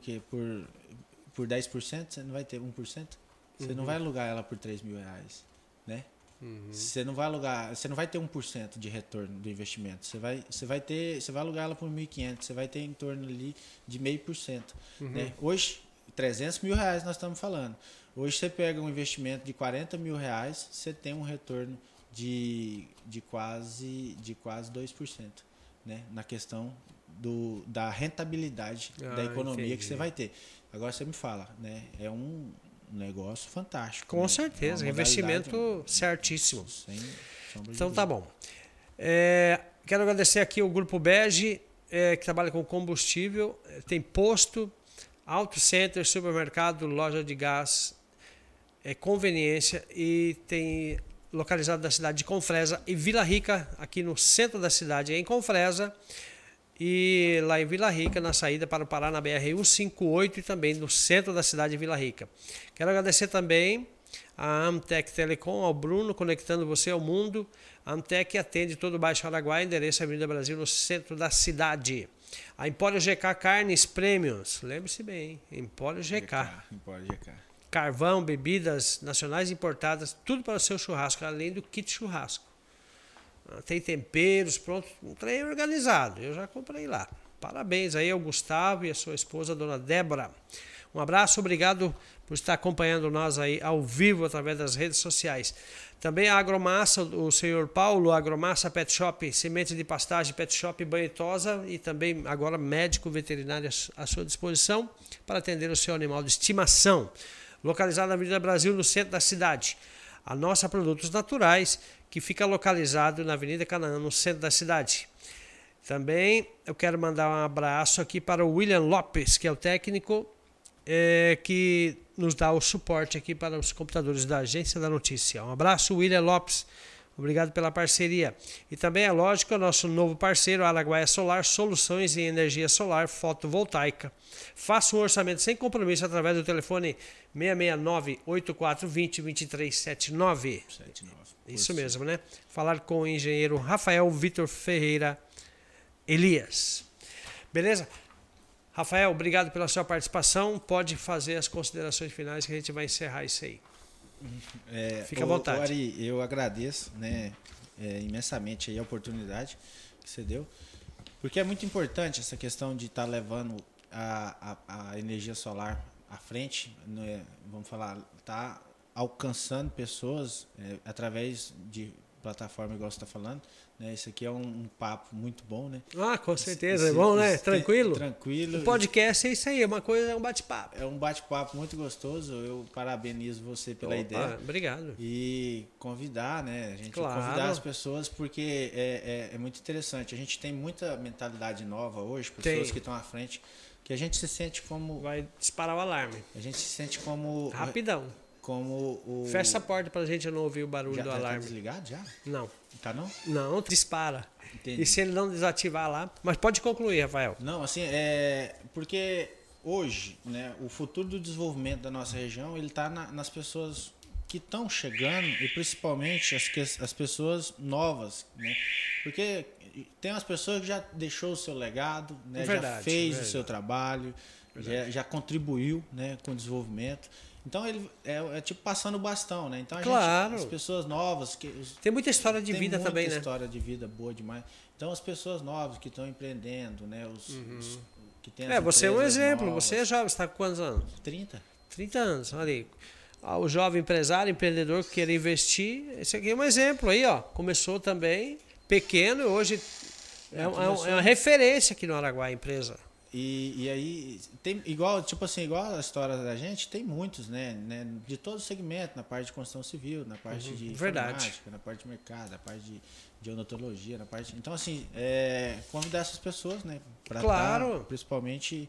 10%, você não vai ter 1%. Você não vai alugar ela por 3 mil reais. Né? Você não vai ter 1% de retorno do investimento. Você vai alugar ela por 1.500, você vai ter em torno ali de 0,5%. Né? Hoje, 300 mil reais nós estamos falando. Hoje você pega um investimento de 40 mil reais, você tem um retorno de quase 2%. Né? Na questão da rentabilidade da economia que você vai ter. Agora você me fala, né? É um negócio fantástico. Com certeza, investimento certíssimo. Então tá bom. Quero agradecer aqui o Grupo Bege, que trabalha com combustível, tem posto, auto center, supermercado, loja de gás, conveniência e tem localizado na cidade de Confresa e Vila Rica, aqui no centro da cidade, em Confresa. E lá em Vila Rica, na saída para o Pará, na BR-158 e também no centro da cidade de Vila Rica. Quero agradecer também a Amtec Telecom, ao Bruno, conectando você ao mundo. A Amtec atende todo o Baixo Araguaia, endereço Avenida Brasil, no centro da cidade. A Empório GK Carnes Premiums, lembre-se bem, hein? Empório GK. Empório GK. Carvão, bebidas nacionais importadas, tudo para o seu churrasco, além do kit churrasco. Tem temperos, pronto, um trem organizado. Eu já comprei lá. Parabéns aí ao Gustavo e a sua esposa, a dona Débora. Um abraço, obrigado por estar acompanhando nós aí ao vivo através das redes sociais. Também a Agromassa, o senhor Paulo, a Agromassa Pet Shop, semente de pastagem, Pet Shop Banhetosa e também agora médico veterinário à sua disposição para atender o seu animal de estimação. Localizado na Avenida Brasil, no centro da cidade. A nossa Produtos Naturais, que fica localizado na Avenida Canaã, no centro da cidade. Também eu quero mandar um abraço aqui para o William Lopes, que é o técnico que nos dá o suporte aqui para os computadores da Agência da Notícia. Um abraço, William Lopes. Obrigado pela parceria. E também, é lógico, o nosso novo parceiro, Araguaia Solar, soluções em energia solar fotovoltaica. Faça um orçamento sem compromisso através do telefone 669-8420-2379. Isso mesmo, né? Falar com o engenheiro Rafael Vitor Ferreira Elias. Beleza? Rafael, obrigado pela sua participação. Pode fazer as considerações finais que a gente vai encerrar isso aí. Fica à vontade. Ari, eu agradeço, né, imensamente aí a oportunidade que você deu, porque é muito importante essa questão de estar levando a energia solar à frente, né, vamos falar, tá alcançando pessoas através de plataforma igual você está falando, né? Isso aqui é um papo muito bom, né? Ah, com certeza, é bom, né? Tranquilo? Tranquilo. O podcast é isso aí, uma coisa, é um bate-papo. É um bate-papo muito gostoso, eu parabenizo você pela ideia. Obrigado. E convidar, né? A gente Claro. convidar as pessoas porque é muito interessante. A gente tem muita mentalidade nova hoje, pessoas que estão à frente, que a gente se sente como... Vai disparar o alarme. A gente se sente como... Rapidão. Como o... Fecha a porta pra gente não ouvir o barulho do alarme. Já tá desligado já? Não. Tá não? Não, dispara. Entendi. E se ele não desativar lá... Mas pode concluir, Rafael. Não, assim, porque hoje, né, o futuro do desenvolvimento da nossa região, ele tá nas pessoas que estão chegando e principalmente as pessoas novas, né? Porque tem umas pessoas que já deixou o seu legado, né? Verdade, já fez o seu trabalho, já contribuiu, né, com o desenvolvimento. Então ele é tipo passando o bastão, né? Então as pessoas novas tem muita história de vida também, né? Tem muita história de vida boa demais. Então as pessoas novas que estão empreendendo, né? Os que tem as você é um exemplo. novas. Você é jovem, você está com quantos anos? 30. 30 anos, olha aí. O jovem empresário, empreendedor que quer investir, esse aqui é um exemplo aí, ó. Começou também pequeno e hoje é uma referência aqui no Araguaia, a empresa. E aí tem igual a história da gente, tem muitos, né, de todo o segmento, na parte de construção civil, na parte de informática, na parte de mercado, na parte de odontologia, na parte. Então assim, convidar essas pessoas, né, para estar, principalmente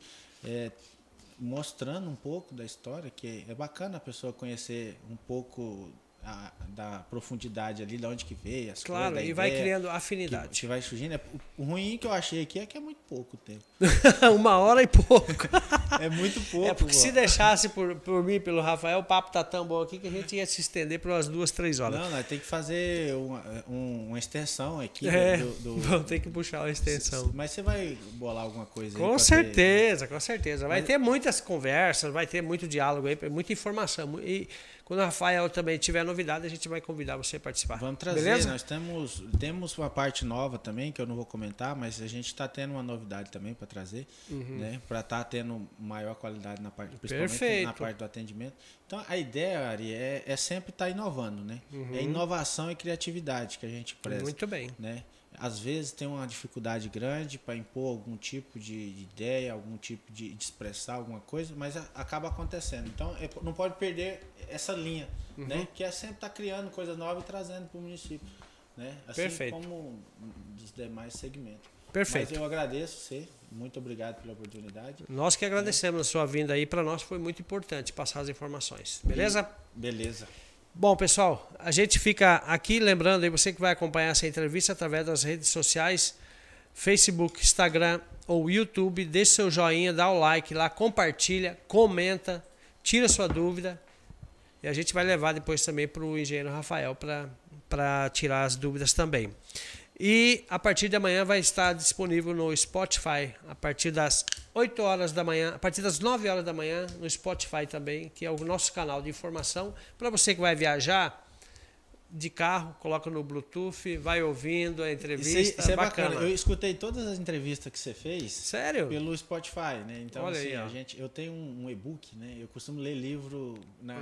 mostrando um pouco da história, que é bacana a pessoa conhecer um pouco da profundidade ali, de onde que veio, as coisas, e vai criando afinidade. Que vai surgindo. O ruim que eu achei aqui é que é muito pouco tempo. 1 hora e pouco. É muito pouco. É porque se deixasse por mim, pelo Rafael, o papo tá tão bom aqui que a gente ia se estender por umas 2, 3 horas. Não, nós temos que fazer uma extensão aqui. Vamos ter que puxar uma extensão. Mas você vai bolar alguma coisa aí? Com certeza, com certeza. Vai ter muitas conversas, vai ter muito diálogo aí, muita informação. E quando o Rafael também tiver novidade, a gente vai convidar você a participar. Vamos trazer. Beleza? Nós temos uma parte nova também, que eu não vou comentar, mas a gente está tendo uma novidade também para trazer, né? Para estar tendo maior qualidade na parte, principalmente na parte do atendimento. Então a ideia, Ari, é sempre estar inovando, né? É inovação e criatividade que a gente preza. Muito bem. Né? Às vezes tem uma dificuldade grande para impor algum tipo de ideia, algum tipo de expressar alguma coisa, mas acaba acontecendo. Então não pode perder essa linha, né? Que é sempre estar criando coisas novas e trazendo para o município, né? Assim Perfeito. como dos demais segmentos. Perfeito. Mas eu agradeço você, muito obrigado pela oportunidade. Nós que agradecemos a sua vinda aí, para nós foi muito importante passar as informações. Beleza? Beleza. Bom, pessoal, a gente fica aqui lembrando aí, você que vai acompanhar essa entrevista através das redes sociais, Facebook, Instagram ou YouTube, deixe seu joinha, dá o like lá, compartilha, comenta, tira sua dúvida e a gente vai levar depois também para o engenheiro Rafael para tirar as dúvidas também. E a partir de amanhã vai estar disponível no Spotify, a partir das 8 horas da manhã, a partir das 9 horas da manhã, no Spotify também, que é o nosso canal de informação. Para você que vai viajar de carro, coloca no Bluetooth, vai ouvindo a entrevista. Isso é bacana. Eu escutei todas as entrevistas que você fez. Sério? Pelo Spotify, né? Então, olha assim, aí, eu tenho um e-book, né? Eu costumo ler livro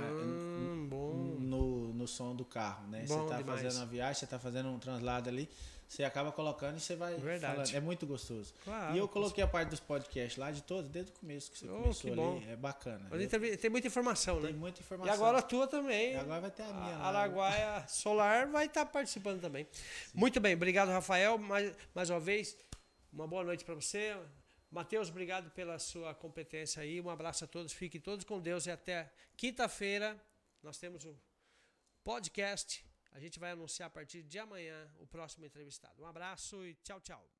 no som do carro, né? Você está fazendo uma viagem, você está fazendo um translado ali, você acaba colocando e você vai falando. É muito gostoso. Claro, e eu coloquei a parte dos podcasts lá de todos, desde o começo que você começou ali. É bacana. Tem muita informação, né? Tem muita informação. E agora a tua também. E agora vai ter a minha. A Araguaia Solar vai estar participando também. Sim. Muito bem, obrigado, Rafael. Mais uma vez, uma boa noite para você. Matheus, obrigado pela sua competência aí. Um abraço a todos. Fiquem todos com Deus e até quinta-feira. Nós temos um podcast. A gente vai anunciar a partir de amanhã o próximo entrevistado. Um abraço e tchau, tchau.